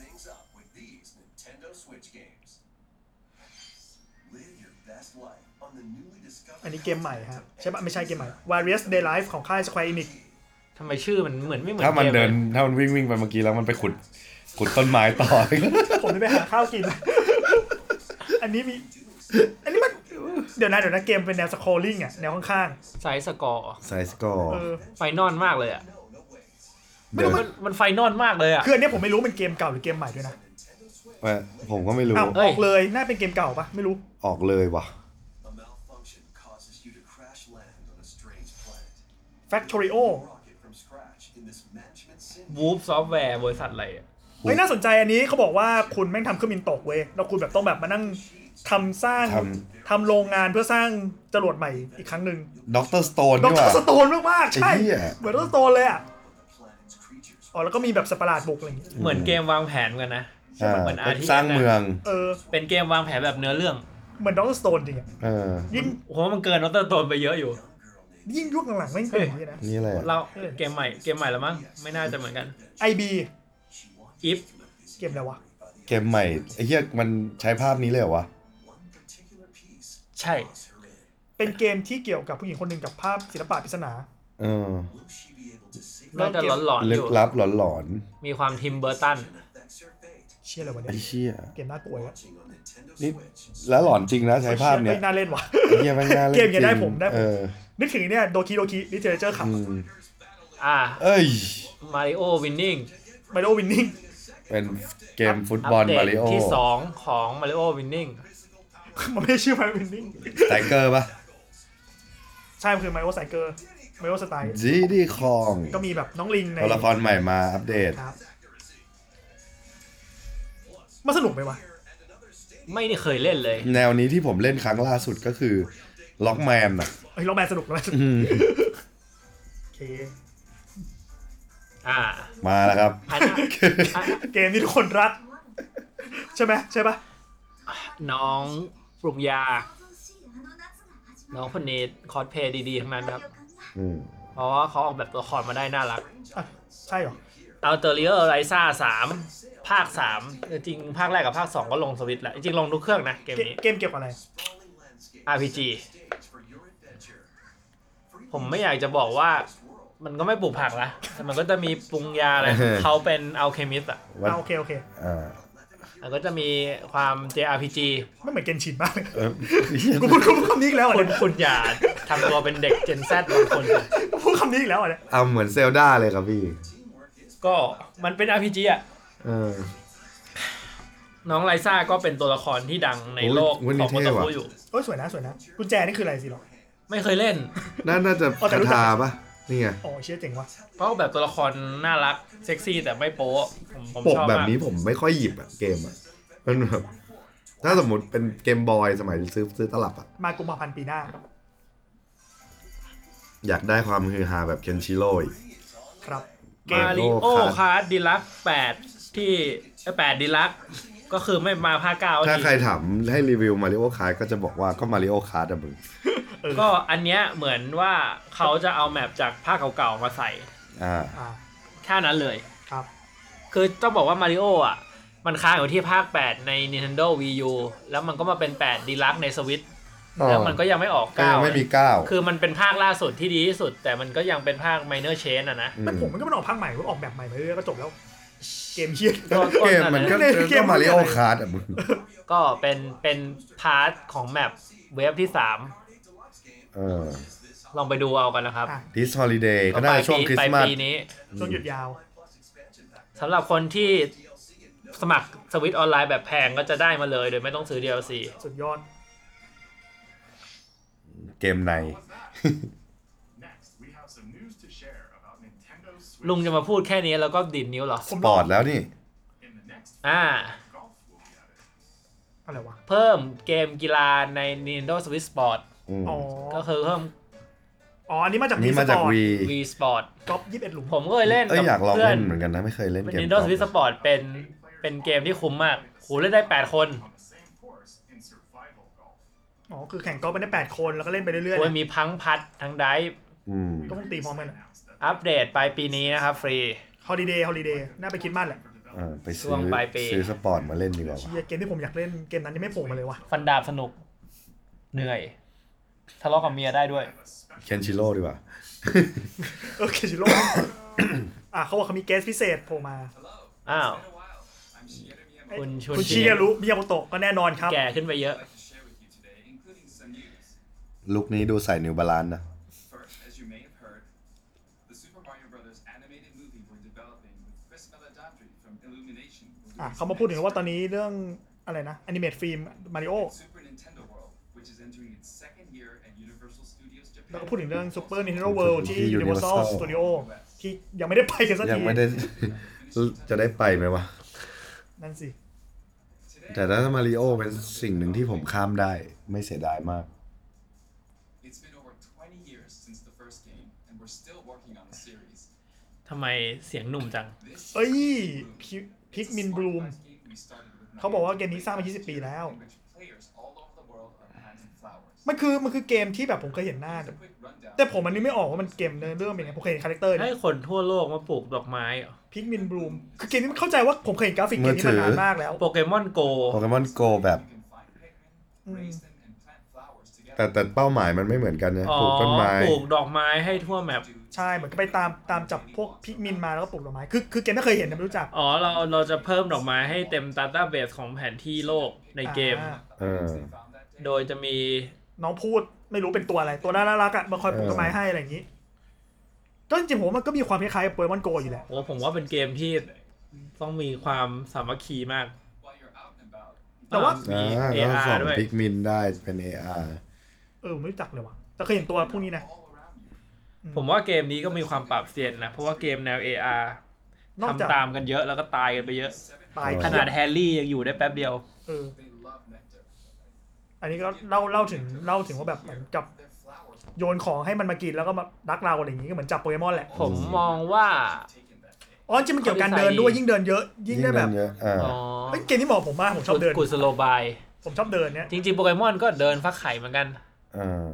อันนี้เกมใหม่ฮะใช่ปะไม่ใช่เกมใหม่ Various Day Life ของค่าย Square Enix ทำไมชื่อมันเหมือนไม่เหมือนถ้ามันกลเดินลยถ้ามันวิ่งวิ่งไปเมื่อกี้แล้วมันไปขุดขุดต้นไม้ต่อผมจะไปหาข้าวกิน อันนี้มี อันนี้มัน เดี๋ยวนะเดี๋ยวนะเกมเป็นแนวสครอลลิ่งอะแนวข้างไซส์สกอร์ไซส์สกอร์ๆเออไฟนอลมากเลยอ่ะไม่รู้มันมันไฟนอลมากเลยอ่ะคืออันนี้ผมไม่รู้เป็นเกมเก่าหรือเกมใหม่ด้วยนะผมก็ไม่รู้อ้าวเอ้อย อกเลยน่าเป็นเกมเก่าปะไม่รู้ออกเลยว่ะ Factorio วูฟซอฟต์แวร์บริษัทอะไรอะเฮ้ยน่าสนใจอันนี้เขาบอกว่าคุณแม่งทำเครื่องบินตกเว้ยแล้วคุณแบบต้องแบบมานั่งทำสร้างททำโรงงานเพื่อสร้างจรวดใหม่อีกครั้งหนึ่งด็อกเตอร์สโตนด็อกนี่เตอว่ะร์สโตนมากๆใช่ไอ้เหี้ยเหมือนด็อกเตอร์สโตนเลยอ่ะอ๋อแล้วก็มีแบบสัตว์ประหลาดบุกอะไรอย่างงี้เหมือนเกมวางแผนกันนะอ่าเหมือน อาร์ ทีสร้างเมืองเออเป็นเกมวางแผนแบบเนื้อเรื่องเหมือนด็อกเตอร์สโตนจริงอ่ะเออยิ่งโอ้โหมันเกินนอตเตอร์โตนไปเยอะอยู่ยิ่งยุคหลังๆไม่งเป็นอย่างนี้นะนี่แหละเราเกมใหม่เกมใหม่แล้วมั้งไม่น่าจะเหมือนกันไอบีอีฟเกมอะไรวะเกมใหม่ไอ้เหี้ยมันใช้ภาพนี้เลยเหรอวะใช่เป็นเกมที่เกี่ยวกับผู้หญิงคนหนึ่งกับภาพศิลปะปริศนาเออน่าจะหลอนๆอลึกยู่ลับหลอนมีความทิมเบอร์ตันเชี่ยอะไรวะๆเนี่ไอ้ยเชี่ยเกมน่ากลัวอ่ะนี่แล้วหลอนจริงนะใช้ภาพเนี้ยไม่น่าเล่นว่ะไอ้เหี้ยไม่น่าเล่นเกมอย่างจริได้ผมได้ผมเออนึกถึงเนี่ยโดคิโดคิลิเทเรเจอร์ขับอืมอ่าเอ้ยมาริโอวินนิ่งมาริโอวินนิ่งเป็นเกมฟุตบอลมาริโอที่สองของมาริโอวินนิ่งมันไม่ใช่ชื่อมาริโอวินนิ่งไทเกอร์ปะใช่มันคือมาริโอไซเกอร์มาริโอสไตล์จีดีคองก็มีแบบน้องลิงในตัวละครใหม่มาอัปเดตครับมันสนุกไหมวะไม่ได้เคยเล่นเลยแนวนี้ที่ผมเล่นครั้งล่าสุดก็คือล็อกแมนอ่ะเฮ้ยล็อกแมนสนุกล็อกแมนสนุกอืมโอเคอ่ามาแล้วครับอันเกมที่ทุกคนรักใช่ไหมใช่ปะน้องปรุงยาน้องคนนี้คอสเพลย์ดีๆทั้งนั้นครับเพราะว่าเขาออกแบบตัวละครมาได้น่ารักใช่หรออัลเตอร์เรียไรซ่าสามภาคสามจริงภาคแรกกับภาคสองก็ลงสวิตช์แหละจริงลงทุกเครื่องนะเกมนี้เกมเกี่ยวกับอะไรอาร์ พี จี ผมไม่อยากจะบอกว่ามันก็ไม่ปลูกผักนะแต่มันก็จะมีปรุงยาอะไรเขาเป็นอัลเคมิสต์อ่ะโอเคโอเคแล้วก็จะมีความ เจ อาร์ พี จีไม่เหมือนเกนชินมากกูพูดคำนี้แล้วคุณคุณอย่าทำตัวเป็นเด็ก Gen Z บางคนพูดคำนี้อีกแล้วอ่ะเนี่ยเอาเหมือนเซลดาเลยครับพี่ก็มันเป็น อาร์ พี จี อ่ะน้องไลซ่าก็เป็นตัวละครที่ดังในโลกของมอเตอร์ฟูอยู่โอ้ยสวยนะสวยนะกุญแจนี่คืออะไรสิหรอไม่เคยเล่นน่าจะคาถาป่ะนี่ไงอ๋อเชี่ยเจ๋งว่ะเพราะแบบตัวละครน่ารักเซ็กซี่แต่ไม่โป๊ะผมผมชอบแบบนี้ผมไม่ค่อยหยิบอะเกมอะมันแบบถ้าสมมติเป็นเกมบอยสมัยซื้อซื้อตลับอะมากุมภาพันธ์ปีหน้าอยากได้ความฮือฮาแบบเคนชิโร่ครับมาริโอคาร์ดดีลักซ์แปดที่แปดดีลักซ์ก็คือไม่มาภาคเก้าถ้าใครถามให้รีวิวมาริโอคาร์ดก็จะบอกว่าก็มาริโอคาร์ดอะมึงก็อันเนี้ยเหมือนว่าเขาจะเอาแมปจากภาคเก่าๆมาใส่อ่าแค่นั้นเลยครับคือต้องบอกว่ามาริโออ่ะมันค้างอยู่ที่ภาคแปดใน Nintendo Wii U แล้วมันก็มาเป็นแปด Deluxe ใน Switch แล้วมันก็ยังไม่ออกเก้ายังไม่มีเก้าคือมันเป็นภาคล่าสุดที่ดีที่สุดแต่มันก็ยังเป็นภาค Minor Change อ่ะนะมันผมมันก็มันออกภาคใหม่ก็ออกแบบใหม่ไปเรื่อยๆก็จบแล้วเกมเฮียเกมมันก็เกมมาริโอคาร์ดอ่ะมึงก็เป็นเป็นพาร์ทของแมปเวฟที่สามเออลองไปดูเอากันนะครับ This Holiday ก็ได้ช่วงคริสต์มาสปีนี้ช่วงหยุดยาวสำหรับคนที่สมัครสวิตช์ออนไลน์แบบแพงก็จะได้มาเลยโดยไม่ต้องซื้อ ดี แอล ซีสุดยอดเกมในลุงจะมาพูดแค่นี้แล้วก็ดิดนิ้วเหรอสปอร์ตแล้วนี่อ่าอะไรวะเพิ่มเกมกีฬาใน Nintendo Switch Sport อ๋อก็คือเพิ่มอ๋ออันนี้มาจาก Wii Sport Wii Sport ก๊อปยี่สิบเอ็ดหลุมผมก็เคยเล่นกับเพื่อนเหมือนกันนะไม่เคยเล่นเกม Nintendo Switch Sport เป็นเป็นเกมที่คุ้มมากโหเล่นได้แปดคนอ๋อคือแข่งก๊อปไปได้แปดคนแล้วก็เล่นไปเรื่อยๆโอ้ยมีพังพัดทั้งไดฟ์ก็ต้องตีพร้อมกันอัปเดตปลายปีนี้นะครับฟรีฮอลิเดย์ฮอลิเดย์น่าไปคิดมากแหละไปซื้อซื้อสปอร์ตมาเล่นดีกว่าเกมที่ผมอยากเล่นเกมนั้นยังไม่โผล่มาเลยวะฟันดาบสนุกเหนื่อยทะเลาะกับเมียได้ด้วยเคนชิโร่ดีกว่าเออเคนชิโร่อ่ะเขาบอกเขามีเกสพิเศษโผล่มาอ้าวคุณชุนชิเกรุมิยาโมโตะก็แน่นอนครับแก่ขึ้นไปเยอะลุคนี้ดูใส่นิวบาลานซ์นะอ่ะเขามาพูดถึงว่าตอนนี้เรื่องอะไรนะแอนิเมตฟิล์มมาริโอแล้วก็พูดถึงเรื่อง Super Nintendo World ที่ Universal Studio ที่ยังไม่ได้ไปกันสักทียังไม่ได้จะได้ไปไหมวะนั่นสิแต่ถ้ามาริโอเป็นสิ่งหนึ่งที่ผมข้ามได้ไม่เสียดายมากทำไมเสียงหนุ่มจังเอ้ยพิกมินบลูมเขาบอกว่าเกมนี้สร้างมายี่สิบปีแล้วมันคือมันคือเกมที่แบบผมเคยเห็นหน้าแต่ผมมันนึกไม่ออกว่ามันเกมเนื้อเรื่องเป็นไงผมเคยเห็นคาแรคเตอร์ให้คนทั่วโลกมาปลูกดอกไม้พิกมินบลูมคือเกมนี้มันเข้าใจว่าผมเคยเห็นกราฟิกเกมนี้มานานมากแล้วโปเกมอนโกโปเกมอนโกแบบแต่แต่เป้าหมายมันไม่เหมือนกันนะปลูกต้นไม้ปลูกดอกไม้ให้ทั่วแมปใช่เหมือนก็ไปตามตามจับพวกพิกมินมาแล้วก็ปลูกดอกไม้คือคือเกมไม่เคยเห็นนะไม่รู้จักอ๋อเราเราจะเพิ่มดอกไม้ให้เต็มดัตต้าเบสของแผนที่โลกในเกมโดยจะมีน้องพูดไม่รู้เป็นตัวอะไรตัวน่ารักอ่ะมาคอยปลูกต้นไม้ให้อะไรอย่างนี้ก็จริงๆผมมันก็มีความคล้ายๆกับโปเกมอนโกอยู่แหละโอ้ผมว่าเป็นเกมที่ต้องมีความสามัคคีมากแต่ว่ามี เอ อาร์ ด้วยพิกมินได้เป็น เอ อาร์เออไม่รู้จักเลยว่ะแต่เคยเห็นตัวพวกนี้นะผมว่าเกมนี้ก็มีความปรับเปลี่ยนนะเพราะว่าเกมแนว เอ อาร์ ทำตามกันเยอะแล้วก็ตายกันไปเยอะขนาดแฮร์รี่ยังอยู่ได้แป๊บเดียวเอออันนี้ก็เล่าเล่าถึงเล่าถึงว่าแบบเหมือนกับโยนของให้มันมากินแล้วก็มาดักเราอะไรอย่างงี้ก็เหมือนจับโปเกมอนแหละผมมองว่าอ๋อจริงมันเกี่ยวกับการเดินด้วยยิ่งเดินเยอะยิ่งได้แบบเยอะอ่าอ๋อเฮ้ยเกมนี้เหมาะผมมากผมชอบเดินกุสโลบายผมชอบเดินเนี้ยจริงๆโปเกมอนก็เดินฟักไข่เหมือนกันอ่า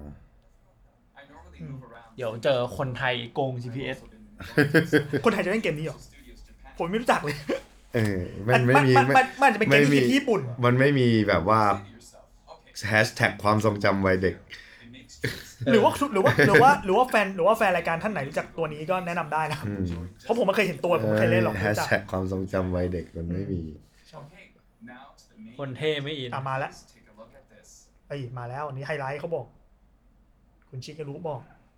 เดี๋ยวเจอคนไทยโกง จี พี เอสคนไทยจะเล่นเกมนี้เหรอผมไม่รู้จักเลยเออมันไม่มีมันมันมันจะเป็นเกมที่ที่ญี่ปุ่นมันไม่มีแบบว่าแฮชแท็กความทรงจำวัยเด็กหรือว่าหรือว่าหรือว่าหรือว่าแฟนหรือว่าแฟนรายการท่านไหนรู้จักตัวนี้ก็แนะนำได้นะอืมเพราะผมไม่เคยเห็นตัวผมไม่เคยเล่นหรอกแฮไม่ชรู้จักแท็กความทรงจำวัยเด็กมันไม่มีคนเท่ไม่อินอ่ะมาแล้วไอ้ยมาแล้วอันนี้ไฮไลท์เขาบอก คุณชิคก็รู้บอก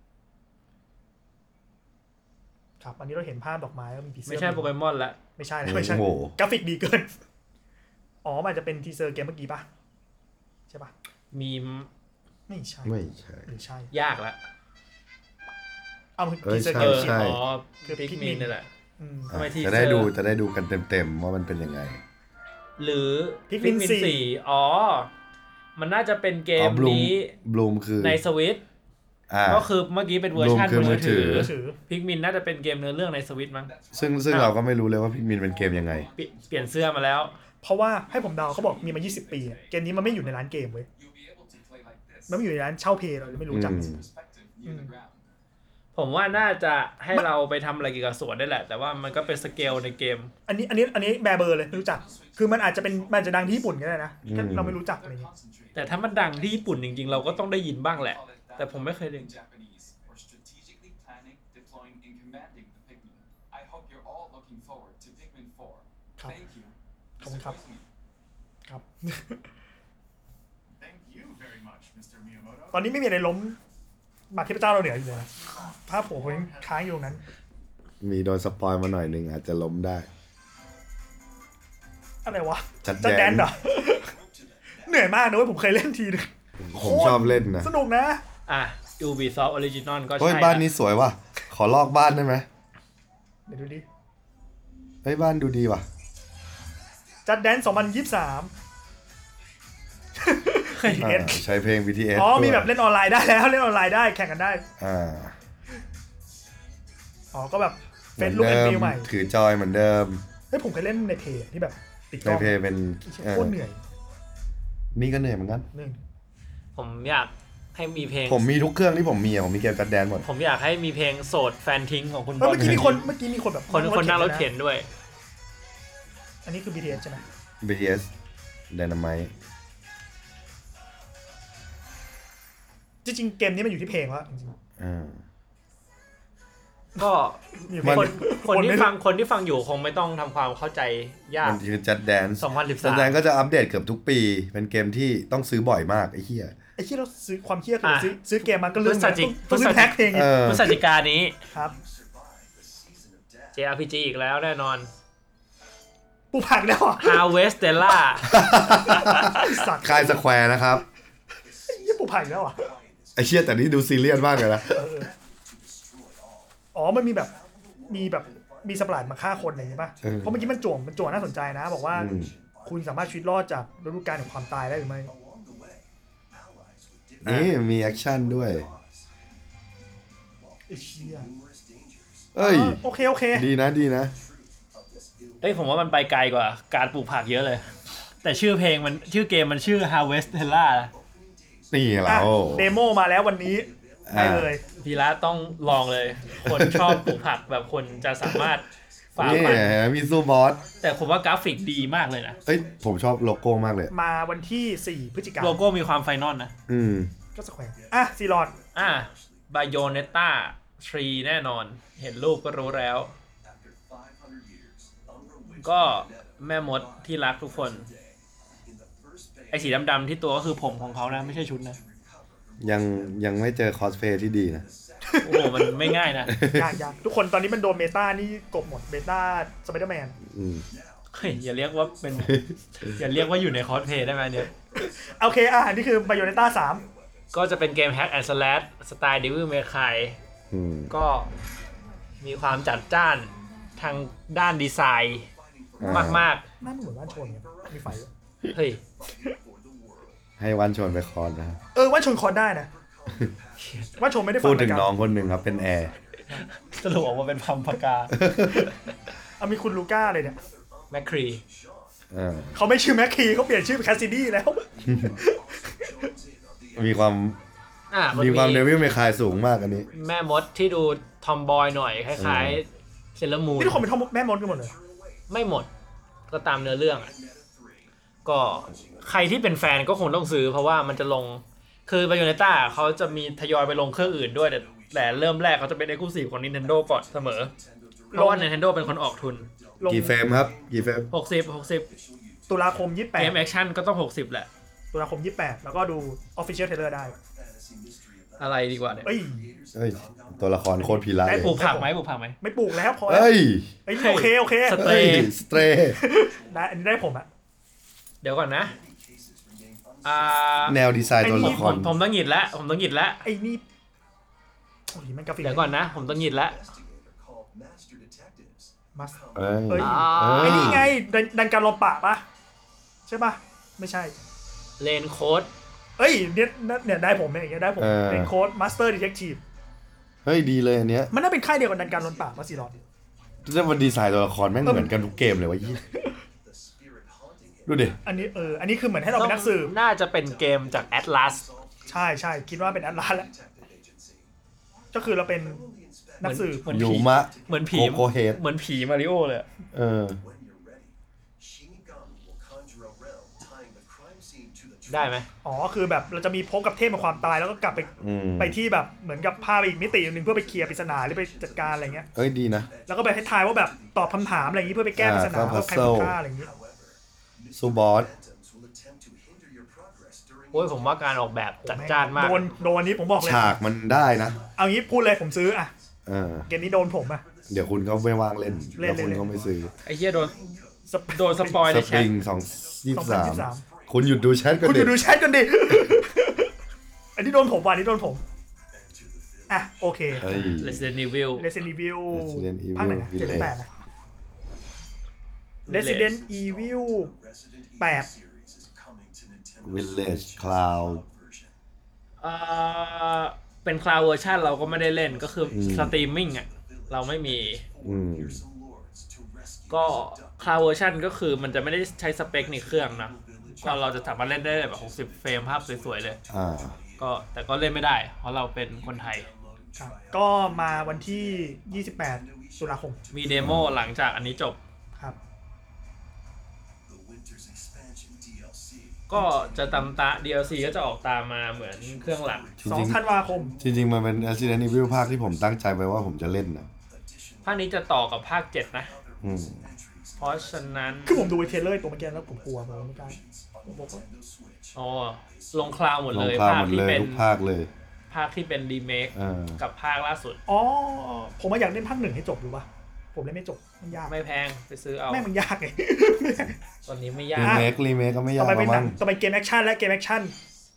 ครับอันนี้เราเห็นภาพดอกไม้แล้วมีผีเสื้อไม่ใช่โปเกมอนละไม่ใช่นะไม่ใช่โอ้โหกราฟิกดีเกินอ๋อมันจะเป็นทีเซอร์เกมเมื่อกี้ป่ะใช่ป่ะมีมไม่ใช่ไม่ใช่หรือใช่ยากละเอาเอ้ทียเซอร์ใช่เกเอมอใช่อ๋อคือพิก Pikmin มินนี่แหละอืมทำไมทีจะได้เซอร์ดูจะได้ดูกันเต็มๆว่ามันเป็นยังไงหรือ Pikmin สี่สี่อ๋อ มันน่าจะเป็นเกอ๋มอบลูมนี้บลูมคือในสวิตอ่าก็คือเมื่อกี้เป็นเวอร์ชัน Bloom คือมืมืออถืถืออถือพิกมินน่าจะเป็นเกมเนื้อเรื่องในสวิตมั้งซึ่งซึ่งอ้าวเราก็ไม่รู้เลยว่าพิกมินเป็นเกมยังไงเปลี่ยนเปลี่ยนเสื้อมาแล้วเพราะว่าให้ผมเดาเขาบอกมีมายี่สิบปีอะเกมนี้มันไม่อยู่ในร้านเกมเว้ยมันไม่อยู่ในร้านเช่าเพลย์เราจะไม่รู้จักอืมอืมผมว่าน่าจะให้มันเราไปทำอะไรเกี่ยวกับสวนได้แหละ แต่ว่ามันก็เป็นสเกลในเกมอันนี้อันนี้อันนี้แบร์เบอร์เลยไม่รู้จัก คือมันอาจจะเป็นมันอาจจะดังที่ญี่ปุ่นก็ได้นะอืมแค่เราไม่รู้จักอะไรเงี้ยแต่ถ้ามันดังที่ญี่ปุ่นจริงๆ เราก็ต้องได้ยินบ้างแหละ แต่ผมไม่เคยได้ครับขอบคุณครับครับ ตอนนี้ไม่มีอะไรล้มบัตรเทพเจ้าเราเหนืออยู่เลยนะภาพผมยังค้างอยู่ตรงนั้นมีโดนสปอยมาหน่อยหนึ่งอาจจะล้มได้อะไรวะจัดจะแดแดนนเหรอ เหนื่อยมากนะเว้ยผมเคยเล่นทีนึงผมชอบเล่นนะสนุกนะอ่ะ Ubisoft Original ก็เฮ้ยใช่บ้านละนี้สวยว่ะ ขอลอกบ้านได้ไหมเดี๋ยวดูดิเฮ้ยบ้านดูดีว่ะจัดแดนสองพันยี่สิบสามอ่าใช้เพลง บี ที เอสอ๋อ มีด้วยแบบเล่นออนไลน์ได้แล้วเล่นออนไลน์ได้แข่งกันได้อ่าอ๋อ ก็แบบเหเฟมือซนลูกเดิเป็นมฟิลใหม่ถือจอยเหมือนเดิมเฮ้ยผมเคยเล่นในเพจที่แบบติดกในล้องเพลงเป็นโคตรเหนื่อยนี่ก็เหนื่อยเหมือนกันหนึ่งผมอยากให้มีเพลงผมมีทุกเครื่องที่ผมมีอะผมมีเกมจัดแดนหมดผมอยากให้มีเพลงโสดแฟนทิ้งของคุณบเฮ้ยอลเมื่อกี้มีคนเมื่อกี้มีคนแบบคนคนนั่งรถเข็นด้วยอันนี้คือ บี ที เอส ใช่ไหมบี ที เอส Dynamite จริงๆเกมนี้มันอยู่ที่เพลงแล้วจริงอ่าก็ๆมีมันคนคนที่ไม่ฟังคนที่ฟังอยู่คงไม่ต้องทำความเข้าใจยากมันคือจัดแดนสองพันสิบจัสาดมแดนก็จะอัปเดตเกือบทุกปี เป็นเกมที่ต้องซื้อบ่อยมากไอ้เหี้ยไอ้ที่เราซื้อความเครียดคืออ่ะซื้อซื้อเกมมาก็เรื่องพฤศจิต้องซื้อแพ็คเพลงอีเอก อพฤศจิกายนนี้ครับเจ อาร์ พี จี อีกแล้วแน่นอนปูผักแล้วอ่ะ Harvestella สัตว์ค่ายสแควร์นะครับยี่ปูผักอีกแล้วอ่ะไอ้เชี่ยแต่นี่ดูซีเรียสมากเลยนะเอออ๋อมันมีแบบมีแบบมีสปาร์ตมาฆ่าคนอะไรอย่างงี้ป่ะเออเพราะเมื่อกี้มันโจงมันโจงน่าสนใจนะ บอกว่าอืมคุณสามารถชีวิตรอดจากฤดูกาลแห่งความตายได้หรือไม่นี่มีแอคชั่นด้วยไอ้เชี่ยเอ้ยอ่าโอเคโอเคดีนะดีนะเอ้ยผมว่ามันไปไกลกว่าการปลูกผักเยอะเลย แต่ชื่อเพลงมันชื่อเกมมันชื่อ Harvestella นะนี่อ่ะเราเดโมมาแล้ววันนี้ได้เลยพีระต้องลองเลย คนชอบปลูกผักแบบคนจะสามารถฝ่านี่ฟันมีสู้บอสแต่ผมว่ากราฟิกดีมากเลยนะเอ้ยผมชอบโลโก้มากเลยมาวันที่สี่พฤศจิกายโลนโก้มีความไฟนอลนะอืมก็สแควร์อ่ะซีรอนอ่ะบายโอเนต้าทรีแน่นอน เห็นรูปก็รู้แล้ว ก็แม่มดที่รักทุกคน ไอ้สีดำๆที่ตัวก็คือผมของเขานะ ไม่ใช่ชุดนะยังยังไม่เจอคอสเพลย์ที่ดีนะโอ้โห มันไม่ง่ายนะยากยากทุกคนตอนนี้มันโดนเมตานี่กบหมดเมตาสไปเดอร์แมนอืมเฮ้ยอย่าเรียกว่าเป็น อย่าเรียกว่าอยู่ในคอสเพลย์ได้ไหมเนี่ยโอเคอ่ะอันนี้คือ Bayonetta สามก็จะเป็นเกม Hack and Slash สไตล์ Devil May Cry อืมก็มีความจัดจ้านทางด้านดีไซน์อ่ามากน่าเหมือนว่านชนเนี่ยมีไฟด้วยๆ เฮ้ยให้วันชนไปคอนนะครับเออว่านชนคอนได้นะว่านชนไม่ได้ฟัพูงดถึงรายการน้องคนหนึ่งครับเป็นแอร์สรุปออกมาเป็นพัมพกาเอามีคุณลูก้าเลยเนี่ยแมคครีอ่าเขาไม่ชื่อแม็กคีเขาเปลี่ยนชื่อเป็นแคสซิดี้แล้วมีความอ่ะมันมีมีความเดวิลเมคายสูงมากอันนี้แม่มดที่ดูทอมบอยหน่อยคล้ายๆเซเลอร์มูนนี่ทุกคนเป็นท่อแม่มดกันหมดเลยไม่หมดก็ตามเนื้อเรื่องอ่ะก็ใครที่เป็นแฟนก็คงต้องซื้อเพราะว่ามันจะลงคือ Bayonetta เขาจะมีทยอยไปลงเครื่องอื่นด้วยแต่แต่เริ่มแรกเขาจะเป็น Exclusive ของ Nintendo ก่อนเสมอเพราะว่า Nintendo เป็นคนออกทุนลงกี่เฟรมครับ กี่เฟรมหกสิบ หกสิบตุลาคมยี่สิบแปเกดมแอคชั่นก็ต้องหกสิบแหละตุลาคมยี่สิบแปดแล้วก็ดู Official Trailer ได้อะไรดีกว่าเนี่ยเอ้ยเฮ้ย ตัวละครโคตรพีระได้เลยปลูกผักไหมปลูกผักไหมไม่ปลูกแล้วพอเฮ้ยเอ้ยโอเคโอเคสเตเฮ้ย สเตรได้อันนี้ได้ผมอะเดี๋ยวก่อนนะอ่าแนวดีไซน์ตัวละคผรมผมต้องหงิดแล้วผมต้องหงิดแล้วไอ้นี่โอ้ยมันกราฟิกเดี๋ยวก่อนนะ ผมต้องหงิดแล้วมัสเอ้ยเอ้ยเอ้ยไอ้นี่ไงดันดันการลมปะปะใช่ปะไม่ใช่เลนโค้ดเอ้ยเนี่ยเนี่ยได้ผมเนี่ยอย่างเงี้ยได้ผมเป็นโค้ดมาสเตอร์ดีเทคทีฟเฮ้ย ดีเลยอันเนี้ยมันน่าเป็นค่ายเดียวกับดันการลมปะมาสิรอดแต่มันดีไซน์ตัวละครแม่งเหมือนกันทุกเกมเลยวะยี่ดูดิอันนี้เอออันนี้คือเหมือนให้เราเป็นนักสืบน่าจะเป็นเกมจาก Atlas ใช่ใช่คิดว่าเป็นแอตลาสแหละก็คือเราเป็นนักสืบเหมือนยูผีมะเหมือนผีโกโกเฮดเหมือนผีมาริโอเลยอะเออได้ไหมอ๋อคือแบบเราจะมีพบกับเทพแห่งความตายแล้วก็กลับไปอืมไปที่แบบเหมือนกับพาไปอีกมิติหนึ่งเพื่อไปเคลียร์ปริศนาหรือไปจัดการอะไรเงี้ยเอ้ย ดีนะแล้วก็ไปให้ทายว่าแบบตอบคำถามอะไรอย่างนี้เพื่อไปแก้ปริศนาอ่าก็ว่าใครเป็น puzzle ฆ่าอะไรอย่างนี้ซูบอสโอ้ยผมว่าการออกแบบจัดจ้านมากโดนโดนอันนี้ผมบอกเลยฉากมันได้นะเอางี้พูดเลยผมซื้ออะเออเกมนี้โดนผมอะเดี๋ยวคุณก็ไม่ว่างเล่นเล่นแล้วคุณเล่นก็ไม่ซื้อไอ้เหี้ยโดนสปโดนสปอยสในแชปทริงสองยี่สามสองพันยี่สิบสามคุณหยุดดูแชทกันคุณดิจะดูแชทกันดิ อันนี้โดนผมว่ะอันนี้โดนผมอ่ะโอเคเฮ้ย Resident Evil Resident Evil Resident Evil ภาคไหนนะ Village เจ็ดแปดนะ Resident Evil แปด Village Cloud เอ่อเป็นคลาวเวอร์ชันเราก็ไม่ได้เล่นก็คืออมสตรีมมิ่งอ่ะเราไม่มีอืมก็คลาวเวอร์ชันก็คือมันจะไม่ได้ใช้สเปคในเครื่องนะก็เราจะสามารถเล่นได้แบบหกสิบเฟรมภาพสวยๆเลยอ่าก็แต่ก็เล่นไม่ได้ เพราะเราเป็นคนไทยครับก็มาวันที่ ยี่สิบแปดตุลาคมมีเดโมหลังจากอันนี้จบครับก็จะตามตา ดี แอล ซี ก็จะออกตามมาเหมือนเครื่องหลักจสองริงธันวาคมๆจริงๆมันเป็น Resident Evil ภาคที่ผมตั้งใจไว้ว่าผมจะเล่นนะภาคนี้จะต่อกับภาคเจ็ดนะอืมเพราะฉะนั้นคือผมดูไอ้เทรลเลอร์ตัวเมื่อกี้แล้วผมกลัวผมไม่กล้าผมบอกว่าอ๋อลงคลาวหมดลเลงยภาคภาหคมดที่เลยเป็นทุกภาคเลยภาคที่เป็นรีเมคเออกับภาคล่าสุดอ๋อผมมาอยากเล่นภาคหนึ่งให้จบดูป่ะผมเล่นไม่จบมันยากไม่แพงไปซื้อเอาแม่งมันยากไงตอนนี้ไม่ยารีกเมครีเมคก็ไม่ยาต่อก ไปแล้เป็นวหนัมั้งงต่อไปเกมแอคชั่นและเกมแอคชั่น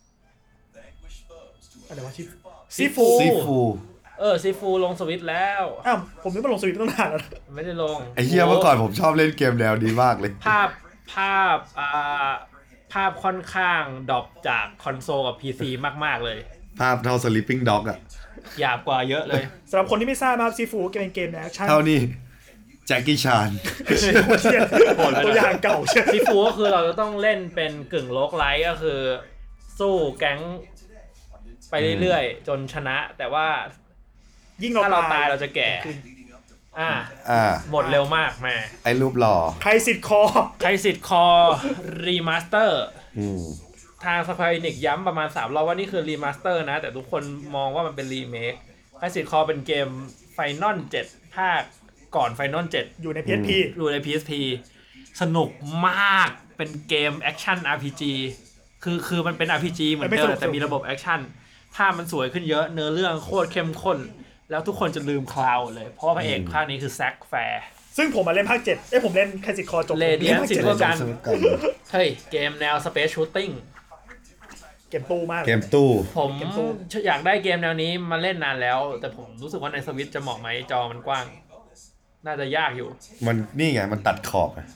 อะไรวะชิซีซีฟูฟูซีฟูเออซีฟูลงสวิตช์แล้วอ้าวผมนึกว่าลงสวิตช์ตั้งนานแล้วไม่ได้ลงไอ้เหี้ยเมื่อก่อนผมชอบเล่นเกมแนวดีมากเลยภาพภาพอ่าภาพค่อนข้างดรอปจากคอนโซลกับ พี ซี มาก ๆ เลยภาพเท่า Sleeping Dog อะหยาบกว่าเยอะเลยสำหรับคนที่ไม่ทราบนะครับซีฟูเป็นเกมแอคชั่นเท่านี้แจ็คกี้ชานเชี่ยตัวอย่างเก่าใช่ซีฟูก็คือเราจะต้องเล่นเป็นกึ่งโลกไลท์ก็คือสู้แก๊งไปเรื่อยๆ จนชนะ แต่ว่ายิ่งถ้าเราเราตายเราจะแก่ อ่าอ่าหมดเร็วมากแม่ไอ้รูปหล่อใครสิทธิ์คอใครสิทธิ์คอรีมาสเตอร์อืมทางสควอเอนิกย้ำประมาณสามรอบว่านี่คือรีมาสเตอร์นะ แต่ทุกคนมองว่ามันเป็นรีเมคใครสิทธิ์คอเป็นเกมไฟนอลเจ็ดภาคก่อนไฟนอลเจ็ดอยู่ใน พี เอส พีดูใน พี เอส พี สนุกมากเป็นเกมแอคชั่น อาร์ พี จี คือคือมันเป็น อาร์ พี จี เหมือนเดิมแต่มีระบบแอคชั่นภาพมันสวยขึ้นเยอะเนื้อเรื่องโคตรเข้มข้น แล้วทุกคนจะลืมคลาวเลย เพราะว่าพระเอกภาคนี้คือแซคแฟร์ซึ่งผมมาเล่นภาคเจ็ดเอ้ยผมเล่นใครสิทธิ์คอจบ Radiant ผมสิเล่นทภาธิ์คคเจ็อดกัน เฮ้ย เกมแนว Space Shooting เกมตู้มากเกมตู้ผมเกมตู้อยากได้เกมแนวนี้มาเล่นนานแล้ว แต่ผมรู้สึกว่าในสวิตช์จะเหมาะไหมจอมันกว้าง น่าจะยากอยู่มันนี่ไงมันตัดขอบอะ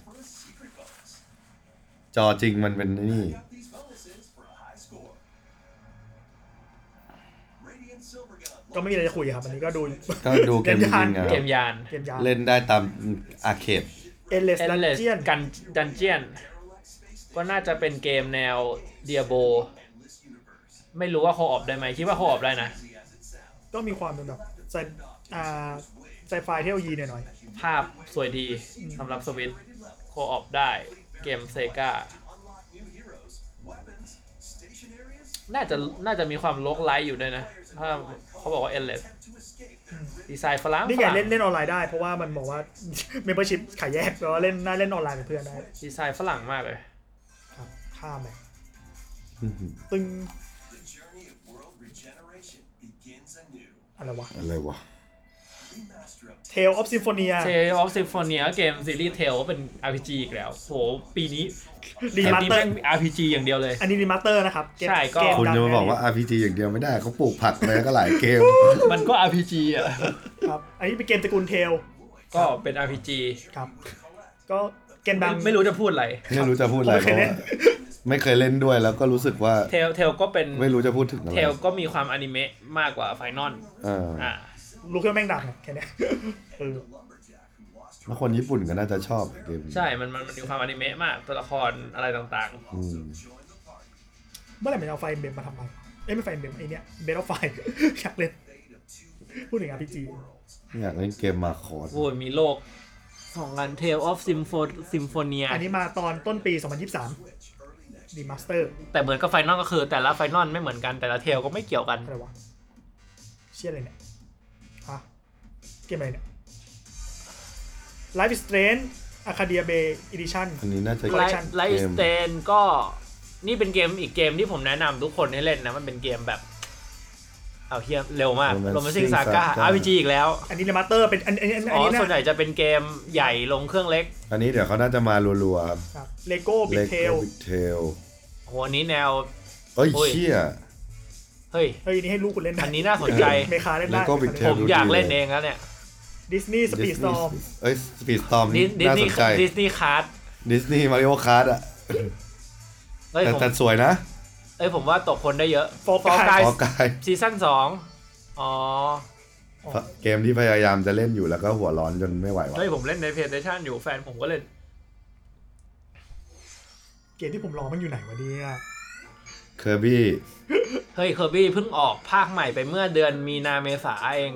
จอจริงมันเป็นนี่รก็ไม่มีอะไรจะคุยครับอันนี้ก็ดูก็ดูเกมยิงอะเกมยานเกมยาวเล่นได้ตามอาร์เคด Endless เอเลส Dungeon กันดันเจียนก็น่าจะเป็นเกมแนวเดียโบไม่รู้ว่าโคออปได้ไหมคิดว่าโคออปได้นะก็มีความเป็นแบบไซอ่าไซไฟเทคโนโลยีหน่อยภาพสวยดีสำหรับสวิตโคออปได้เกมเซกาน่าจะน่าจะมีความโลกไลท์อยู่ด้วยนะถ้าเขาบอกว่าเอเลสดีไซน์ฝรั่งๆนี่ไงเล่นเล่นออนไลน์ได้เพราะว่ามันบอกว่า membership ขายแยกแล้วเล่นน่าเล่นออนไลน์กับเพื่อนได้ดีไซน์ฝรั่งมากเลยครับข้ามไปตึงอะไรวะอะไรวะ Tale of Symphonia เทลออฟซิมโฟเนียเกมซีรีส์เทลเป็น อาร์ พี จี อีกแล้วโหปีนี้รีเกมมาสนี้เตอแม่ร์ง อาร์ พี จี อย่างเดียวเลยอันนี้รีมาสเตอร์นะครับเมใช่ก็เมคุณดังจะมาบอกว่าแน่อาร์ พี จี อย่างเดียวไม่ได้เขาปลูกผักไปก็หลายเกมมันก็ อาร์ พี จี อ่ะครับอันนี้เป็นเกมตระกูล Tale ก็เป็น อาร์ พี จีครับ ก็เกมดังไม่รู้จะพูดอะไรไม่รู้จะพูดอะไรผมไม่เพเคยราะเล่ว่าน ไม่เคยเล่นด้วยแล้วก็รู้สึกว่าเทลเทลก็เป็นไม่รู้จะพูดถึงอะไรเทลก็มีความอนิเมะมากกว่าไฟนอลเอออ่ารู้แค่แม่งดังอะแค่เนี้ยเออแล้วคนญี่ปุ่นก็น่าจะชอบเกมใช่ มันมันมันมีความอนิเมะมาก ตัวละครอะไรต่างอืมเมื่อไหร่มันจะเอาไฟเบมมาทำไมเอ้ยไม่ไฟเบมไอเนี้ยเบลล์ไฟ อยากเล่นพูดถึง อาร์ พี จีอยากเล่นเกมมาคอร์ดๆโอ้ยมีโลกของกัน Tale of Sympho- Symphonia อันนี้มาตอนต้นปี สองพันยี่สิบสามดีมาสเตอร์แต่เหมือนกับไฟนอลก็คือ แต่ละไฟนอลไม่เหมือนกัน แต่ละเทลก็ไม่เกี่ยวกันอะไรวะเชี่ยอะไรเนี่ยฮะเกมอะไรเนี่ย Life is Strange Arcadia Bay Edition อันนี้น่าจะไล Collection ไลท์สเตนก็นี่เป็นเกมอีกเกมที่ผมแนะนำทุกคนให้เล่นนะ มันเป็นเกมแบบ เอาเฮียเร็วมาก Romancing Saga อาร์ พี จี อีกแล้วอันนี้รีมาสเตอร์เป็นอันอันอันอ๋อันอนี้ส่วนใหนะญ่จะเป็นเกมใหญ่ลงเครื่องเล็กอันนี้เดี๋ยวเขาน่าจะมารัวๆครับครับ Lego Big Tail บิ๊กเทลโหอันนี้แนวเอ้ยโอ้ยเชี่ยเฮ้ยเฮ้ยนี่ให้ลูกคุณเล่นได้อันนี้น่าสนใจเมคาเล่นได้ Lego Big ผ Tail มอยากเล่นเองแล้วเนี่ยดิสนีย์สปีดสตอร์มเอ้ยสปีดสตอมดินี่สน่านีสย์นใจดิสนีย์คาร์ดดิสนีย์มาริโอคาร์ดอะเอ้ยแต่ผมแต่สวยนะเอ้ยผมว่าตกคนได้เยอะโฟกัส Fall Guys ฟอกายซีซั่นสองอ๋อเกมที่พยายามจะเล่นอยู่แล้วก็หัวร้อนจนไม่ไหววะเฮ้ยผมเล่นใน PlayStation อยู่แฟนผมก็เล่นเกมที่ผมรอมันอยู่ไหนวะเนี่ยเคอร์บี้เฮ้ยเคอร์บี้เพิ่งออกภาคใหม่ไปเมื่อเดือนมีนาเมษาเอง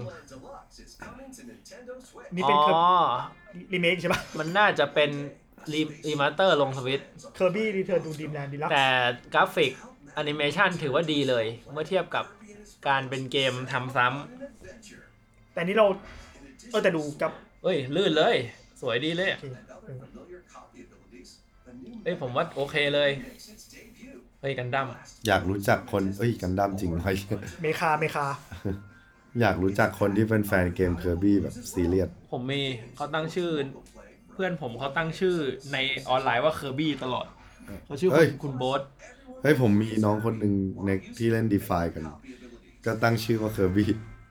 นี่อ๋เป็นอรีเมคใช่ปะมันน่าจะเป็นรีรีมาสเตอร์ลงสวิตเคอร์บี้รีเทิร์นทูดีมแลนด์ดีลักแต่กราฟิกแอนิเมชันถือว่าดีเลย เมื่อเทียบกับการเป็นเกมทำซ้แต่นี่เราเออแต่ดูกับำเฮ้ย ลื่นเลย สวยดีเลยโอเคเออเฮ้ยผมว่าโอเคเลย เฮ้ยกันดั้มอยากรู้จักคนเอ้ยกันดั้มจริงไหมเมคาเมคาอยากรู้จักคนที่เป็นแฟนเกมเคอร์บี้แบบซีเรียสผมมีเขาตั้งชื่อ เพื่อนผมเขาตั้งชื่อในออนไลน์ว่าเคอร์บี้ตลอดเขาชื่อเฮ้คุณยคุณโบ๊ทเฮ้ยผมมีน้องคนหนึ่งในที่เล่นดีฟากัน ก็ตั้งชื่อว่าเคอร์บี้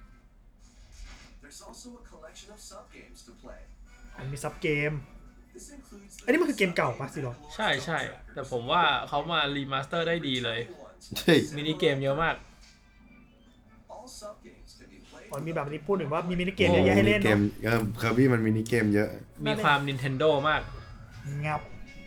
อันมีซับเกม อันนี้มันคือเกมเก่าปะสิหรอใช่ใช่แต่ผมว่าเขามารีมาสเตอร์ได้ดีเลยใช่มินิเกมเยอะมากอ๋อมีแบบนี้พูดถึงว่ามีมินิเกมเยอะแยะให้เล่นเกมเนาะเคอร์บี้มันมินิเกมเยอะมีความ Nintendo มากงับ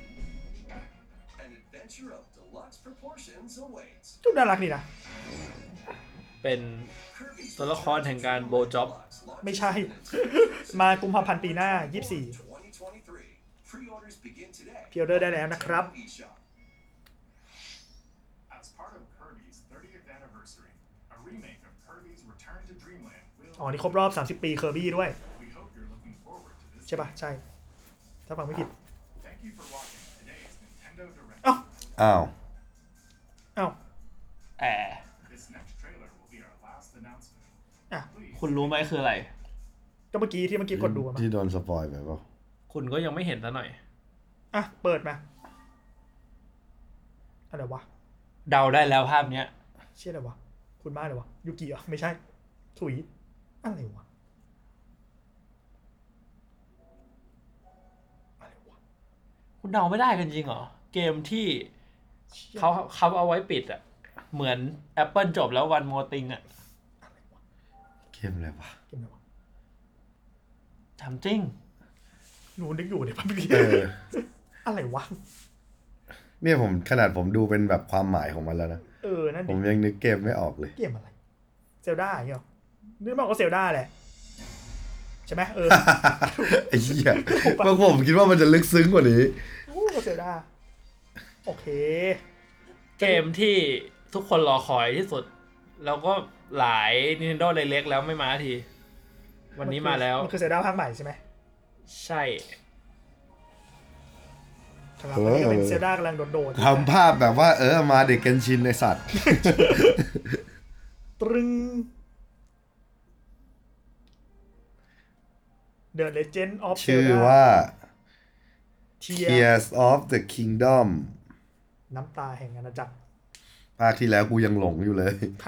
ก็น่ารักดีนะเป็นตัวละครแห่งการโบจ็อบไม่ใช่ มากุมภาพันธ์ปีหน้า ยี่สิบสี่พิออเดอร์ได้แล้วนะครับ As part of Kirby's thirtieth anniversary, a remake of Kirby's Return to Dreamland will. อ๋อ นี่ครบรอบ สามสิบ ปีเคอร์บี้ด้วย We hope you're looking forward to this. ใช่ปะใช่ ถ้าฟังไม่ผิด Thank you for watching today's Nintendo Direct. เอ้าอ้าวเอ้าแอบ This next trailer will be our last announcement. อ่ะ Please. คุณรู้ไหมคืออะไรก็เมื่อกี้ที่เมื่อกี้กดดูมาที่โดนสปอยไปเปล่าคุณก็ยังไม่เห็นซะหน่อยอ่ะ เปิดมา อะไรวะเดาได้แล้วภาพเนี้ยเชื่ออะไรวะ คุณบ้าเลยวะ ยูกิเหรอ ไม่ใช่ ถุย อะไรวะ อะไรวะคุณเดาไม่ได้กันจริงเหรอ เกมที่เขาเขาเอาไว้ปิดอ่ะ เหมือน Apple จบแล้ววันโมติงอ่ะเกมอะไรวะเกมอะไรวะทำจริงหนูนึกอยู่เนี่ยพี่เอออะไรวะเนี่ยผมขนาดผมดูเป็นแบบความหมายของมันแล้วนะเออนั่นผดิมยังนึกเกมไม่ออกเลยเกมอะไรเซลดาอย่างเงี้ยหรอนึกบอกว่าเซลดาแหละใช่ไหมเออไอ้เหี้ยบางผมคิดว่ามันจะลึกซึ้งกว่านี้โอ้เซลดาโอเคเกมที่ทุกคนรอคอยที่สุด แล้วก็หลาย Nintendo Direct แล้วไม่มาที วันนี้มาแล้วมันคือเซลดาภาคใหม่ใช่ไหมใช่ครับอันนี้ก็เป็นเซลดากำลังโดดๆทำภาพแบบว่าเออมาเด็กเกนชินในสัตว์ตรึง The Legend of ชื่อ Zelda ว่า Tear Tears of the Kingdom น้ำตาแห่งอาณาจักรภาคที่แล้วกูยังหลงอยู่เลย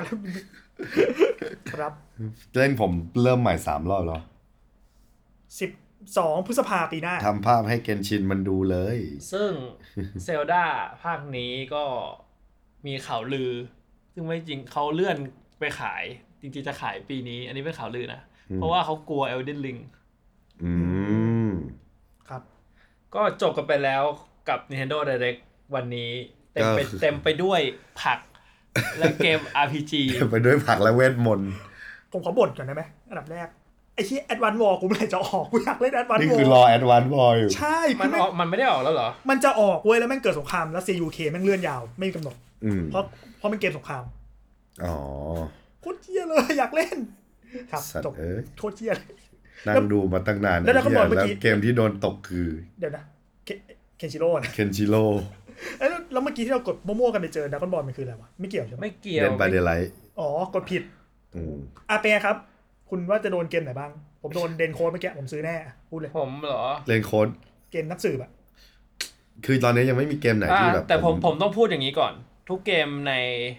ครับเล่นผมเริ่มใหม่สามรอบแล้วสิบสองพฤษภาปีหน้าทำภาพให้เกนชินมันดูเลยซึ่ง เซลดาภาคนี้ก็มีข่าวลือ ซึ่งไม่จริงเขาเลื่อนไปขาย จริงๆจะขายปีนี้ อันนี้เป็นข่าวลือนะอืมเพราะว่าเขากลัว Elden Ring อืมครับก็จบกันไปแล้วกับ Nintendo Direct วันนี้เต็มไปก็เต็มไปด้วยผัก และเกม อาร์ พี จีไปด้วยผักและเวทมนต์ผมขอบ่นก่อนได้ไหมอันดับแรก ไอ้ที่แอดวานซ์วอลกูเมื่อไหร่จะออกกูอยากเล่นแอดวานซ์นี่วอคือลรอแอดวานซ์บอยอยู่ใช่มันคือออกมันไม่ได้ออกแล้วเหรอมันจะออกเว้ยแล้วแม่งเกิดสงครามแล้ว ซี ยู เค แม่งเลื่อนยาวไม่มีกำหนดอืมเพราะเพราะมันเกมสงครามอ๋อโคตรเจี๊ยเลยอยากเล่น ครับสัตว์จบเอ้ยโคตรเจี๊ยเลยนั่งดูมาตั้งนานแล้วเราก็บอกเมื่อแล้วกี้เกมที่โดนตกคือเดี๋ยวนะเคเคนชิโร่นะเคนชิโร่เอ้ยแล้วแล้วเมื่อกี้ที่เรากดมั่วๆกันไปเจอดราก้อนบอลมันคืออะไรวะไม่เกี่ยวใช่ไหมไม่เกี่ยวเล่นบาเดลไลท์อ๋อกดผิดอืมอาเปียครับ คุณว่าจะโดนเกมไหนบ้าง ผมโดนเดนโค้ดเมื่อกี้ผมซื้อแน่พูดเลยผมเหรอเล่นโค้ดเกมนักสืบอะคือตอนนี้ยังไม่มีเกมไหนอ่าที่แบบแต่ผมผมต้องพูดอย่างนี้ก่อน ทุกเกมใน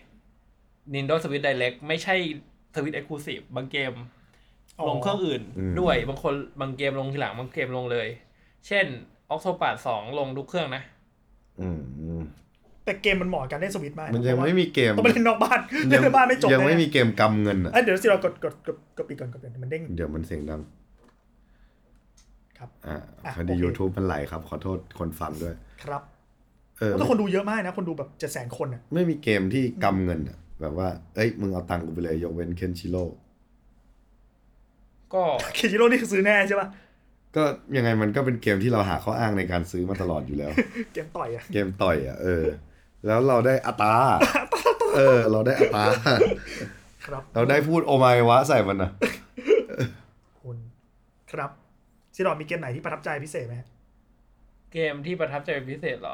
Nintendo Switch Direct ไม่ใช่ Switch Exclusive บางเกมลงเครื่องอื่นด้วยบางคนบางเกมลงทีหลังบางเกมลงเลย เช่น Octopath สองลงทุกเครื่องนะอืมแต่เกมมันเหมาะกับการเล่นสวิตช์มากมันยังไม่มีเกมต้องไปเล่นนอกบ้านเล่นในบ้านไม่จบยังไม่เลยมีเกมกำเงินอ่ะเอ้ยเดี๋ยวสิเรากดกดกดกดปิดก่อนกดปิดมันเด้งเดี๋ยวมันเสียงดังครับอ่าอ่ะพอดีโอเค YouTube มันไหลครับ ขอโทษคนฟังด้วยครับเออแล้วคนดูเยอะมากนะคนดูแบบเจ็ดแสนคนอะไม่มีเกมที่กำเงินอ่ะ แบบว่า เอ้ย มึงเอาตังค์กูไปเลย ยกเว้นเคนชิโร่ก็เคนชิโร่นี่คือซื้อแน่ใช่ป่ะก็ยังไงมันก็เป็นเกมที่เราหาข้ออ้างในการซื้อมาตลอดอยู่แล้วเกมต่อยอะเกมต่อยอ่ะ เออ แล้วเราได้อัตรา เออ เราได้อัตราครับเราได้พูดโอมาวะใส่มันนะคุณครับซีดอดมีเกมไหนที่ประทับใจพิเศษไหมฮะเกมที่ประทับใจเป็นพิเศษเหรอ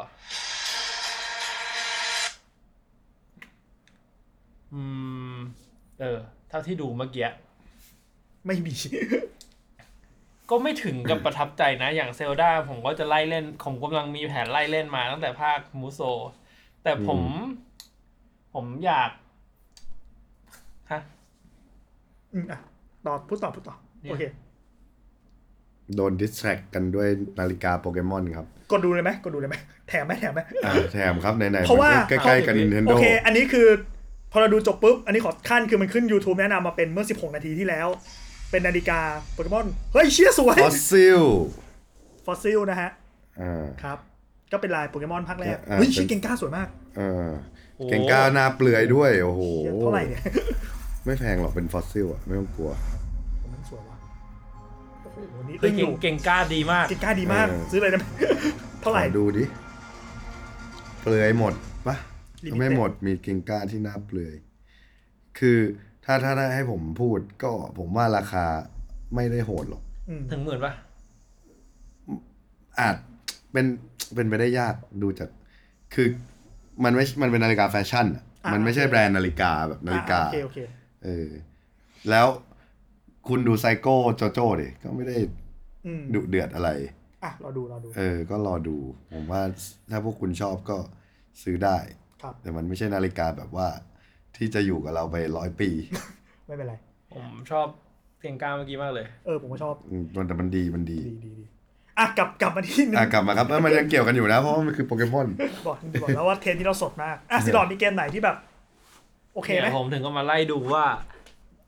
อืม เออ เท่าที่ดูเมื่อกี้ไม่มีก็ไม่ถึงกับประทับใจนะ อย่างเซลดาผมก็จะไล่เล่น ผมกำลังมีแผนไล่เล่นมาตั้งแต่ภาคมูโซ แต่ผม ผมอยาก ฮะอืมอ่ะต่อพูดต่อพูดต่อเนี่ยโอเคโดนดิสแทรกกันด้วยนาฬิกาโปเกมอนครับกดดูเลยไหมกดดูเลยไหมแถมไหมแถมไหมอ่าแถมครับไหนๆเพราะว่ามันก็ใกล้ๆกับ Nintendo โอเค อันนี้คือพอเราดูจบปุ๊บ อันนี้ขอขั้นคือมันขึ้น YouTube แนะนำมาเป็นเมื่อสิบหกนาทีที่แล้ว เป็นนาฬิกาโปเกมอน เฮ้ยเชี่ยสวยฟอสซิลฟอสซิลนะฮะอ่าครับ ก็เป็นลายโปเกมอนภาคแรกอ่าเฮ้ยเป็นชื่อเก่งกล้าสวยมากอ่าโอ้เก่งกล้าหน้าเปลือยด้วย โอ้โหเชี่ยเท่าไหร่เนี่ยไม่แพงหรอกเป็นฟอสซิลอ่ะ ไม่ต้องกลัวมันสวยว่ะโอ้โหนี่เฮ้อึ้ยงอเก่งยู่เก่งกล้าดีมากเก่งกล้าดีมากเออซื้อเลยได้ไหม เท่าไหร่ขอดูดิ เปลือยหมดปะ Limited ไม่หมดมีเก่งกล้าที่หน้าเปลือย คือถ้าถ้าได้ให้ผมพูดก็ผมว่าราคาไม่ได้โหดหรอกอืมถึงหมื่นปะอาจเป็นเป็นไปได้ยากดูจาก คือมันไม่มันเป็นนาฬิกาแฟชั่นอะอ่ามัมันไม่ใช่แบรนด์นาฬิกาแบบนาฬิกาอ่โอเคโอเคเออ แล้วคุณดูไซโก้โจโจ้ดิก็ไม่ได้อืมดุเดือดอะไรอ่ะเราดูเราดูเออ ก็รอดู ผมว่าถ้าพวกคุณชอบก็ซื้อได้ครับแต่มันไม่ใช่นาฬิกาแบบว่า ที่จะอยู่กับเราไปร้อยปีไม่เป็นไรผมชอบเก่งกล้าเมื่อกี้มากเลยเออผมก็ชอบอืมแต่มันดีมันดีดีดีดีอ่ะกลับกลับมาที่หนึ่งอ่ะกลับมาครับแล้วมันยังเกี่ยวกันอยู่นะ เพราะว่ามันคือโปเกมอนบอกบอกแล้วว่าเทรนที่เราสดมากอ่ะซีดอนมีเกมไหนที่แบบ โอเคไหมเนี่ยผมถึงก็มาไล่ดูว่า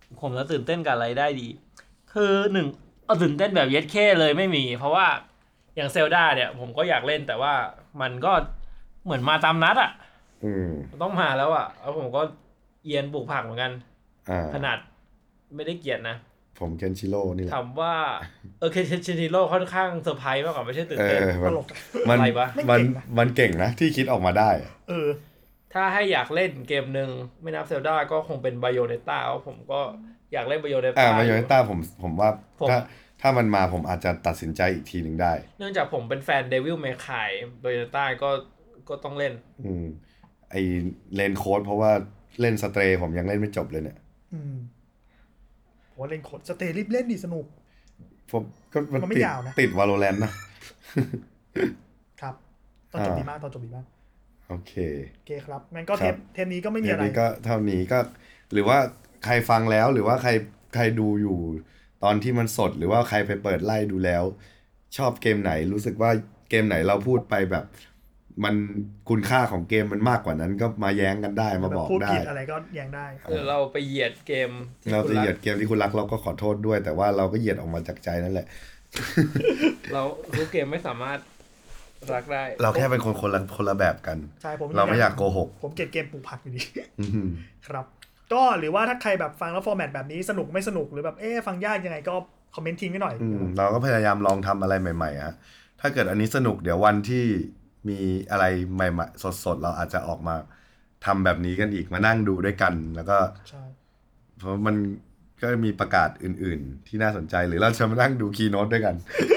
ผมจะตื่นเต้นกับอะไรได้ดี คือหนึ่งเอาตื่นเต้นแบบเย็ดเข้เลยไม่มี เพราะว่าอย่างเซลดาเนี่ยผมก็อยากเล่นแต่ว่ามันก็เหมือนมาตามนัดอ่ะอืมต้องมาแล้วอ่ะแล้วผมก็เอียนปลูกผักเหมือนกันอ่าขนาดไม่ได้เกลียดนะผมเคนชิโร่นี่แหละถามว่าเออเคเชนติโร่ค่อนข้างเซอร์ไพรส์มากกว่าไม่ใช่ตื่นเอเต้นอตมันลกมันอะไรวะมันไม่เก่งนะมันเก่งนะที่คิดออกมาได้เออถ้าให้อยากเล่นเกมหนึ่งไม่นับเซลดาก็คงเป็นไบโอเนต้าเพราะผมก็อยากเล่นไบโอเนอ่าต้ามาโยนต้าผมผมว่าผมถ้าถ้ามันมาผมอาจจะตัดสินใจอีกทีหนึ่งได้เนื่องจากผมเป็นแฟนเดวิลเมคไคไบโอเนต้าก็ก็ต้องเล่นอืมไอเลนโค้ดเพราะว่าเล่นสเตรย์ผมยังเล่นไม่จบเลยเนี่ยอืมผมว่าเล่นโคดสเตย์รีบเล่นดิสนุกผมก็มันมันไม่ติดยาวนะติดวาโลแรนต์นะครับตอนจบอ่าดีมากตอนจบดีมากโอเคโอเคครับงั้นก็คเทรัปบเทปนี้ก็ไม่มีเทปอะไรนี้ก็เท่านี้ก็ หรือว่าใครฟังแล้วหรือว่าใครใครดูอยู่ตอนที่มันสด หรือว่าใครไปเปิดไล่ดูแล้ว ชอบเกมไหนรู้สึกว่าเกมไหนเราพูดไปแบบ มันคุณค่าของเกมมันมากกว่านั้นก็มาแย้งกันได้มาบอกพูดได้ผิดอะไรก็แย้งได้เออเราไปเหยียดเกมที่เราคุณจะเหรัยียกดเกมที่คุณรักเราก็ขอโทษด้วย แต่ว่าเราก็เหยียดออกมาจากใจนั่นแหละเรารู้เกมไม่สามารถรักได้เราแค่เป็นคนคนละคนละแบบกันใช่ผมเราไม่อยากโกหกผมเกลียดเกมปลูกผักอยู่ดีอืมครับ ก็หรือว่าถ้าใครแบบฟังแล้วฟอร์แมตแบบนี้สนุกไม่สนุกหรือแบบเอ๊ะฟังยากยังไงก็คอมเมนต์ทิ้งไว้หน่อยอืมเราก็พยายามลองทำอะไรใหม่ๆฮะถ้าเกิดอันนี้สนุกเดี๋ยววันที่มีอะไรใหม่ๆสดๆเราอาจจะออกมาทำแบบนี้กันอีกมานั่งดูด้วยกัน แล้วก็ใช่เพราะมันก็มีประกาศอื่นๆ ที่น่าสนใจหรือเราจะมานั่งดูคีย์โน้ตด้วยกัน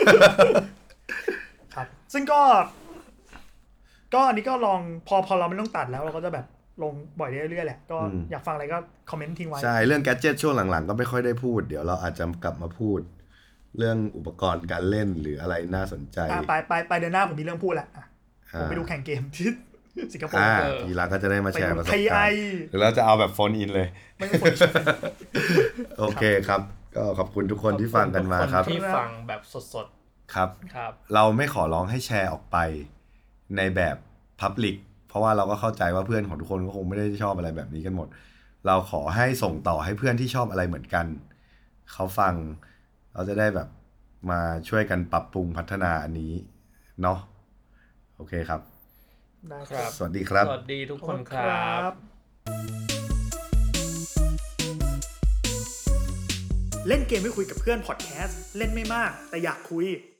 ครับ ซึ่งก็ ก็อันนี้ก็ลองพอพอเราไม่ต้องตัดแล้วเราก็จะแบบลงบ่อยเรื่อยๆแหละก็อืมอยากฟังอะไรก็คอมเมนต์ทิ้งไว้ใช่เรื่องแกดเจ็ตช่วงหลังๆ ก็ไม่ค่อยได้พูด เดี๋ยวเราอาจจะกลับมาพูด เรื่องอุปกรณ์การเล่นหรืออะไรน่าสนใจอ่ะไปไปไปเดือนหน้าผมมีเรื่องพูดแหละอ่ะผมไปดูแข่งเกมที่ สิงคโปร์อ่าเออทีละก็จะได้มาไปแชร์ดูประสบไทยกาไอรณ์หรือเราจะเอาแบบโฟนอินเลยไม่ใช่คนใช่ไหมโอเคครับ ก็ขอบคุณทุกคนที่ฟังกันมาครับขอณทุกนที่ฟังแบบสดครับๆครับเราไม่ขอร้องให้แชร์ออกไปในแบบ Public เพราะว่าเราก็เข้าใจว่าเพื่อนของทุกคนก็คงไม่ได้ชอบอะไรแบบนี้กันหมด เราขอให้ส่งต่อให้เพื่อนที่ชอบอะไรเหมือนกันเขาฟังเราจะได้แบบมาช่วยกันปรับปรุงพัฒนาอันนี้เนาะโอเคครับได้ครับสวัสดีครับสวัสดีทุกคนครับเล่นเกมไม่คุยกับเพื่อนพอดแคสต์เล่นไม่มากแต่อยากคุย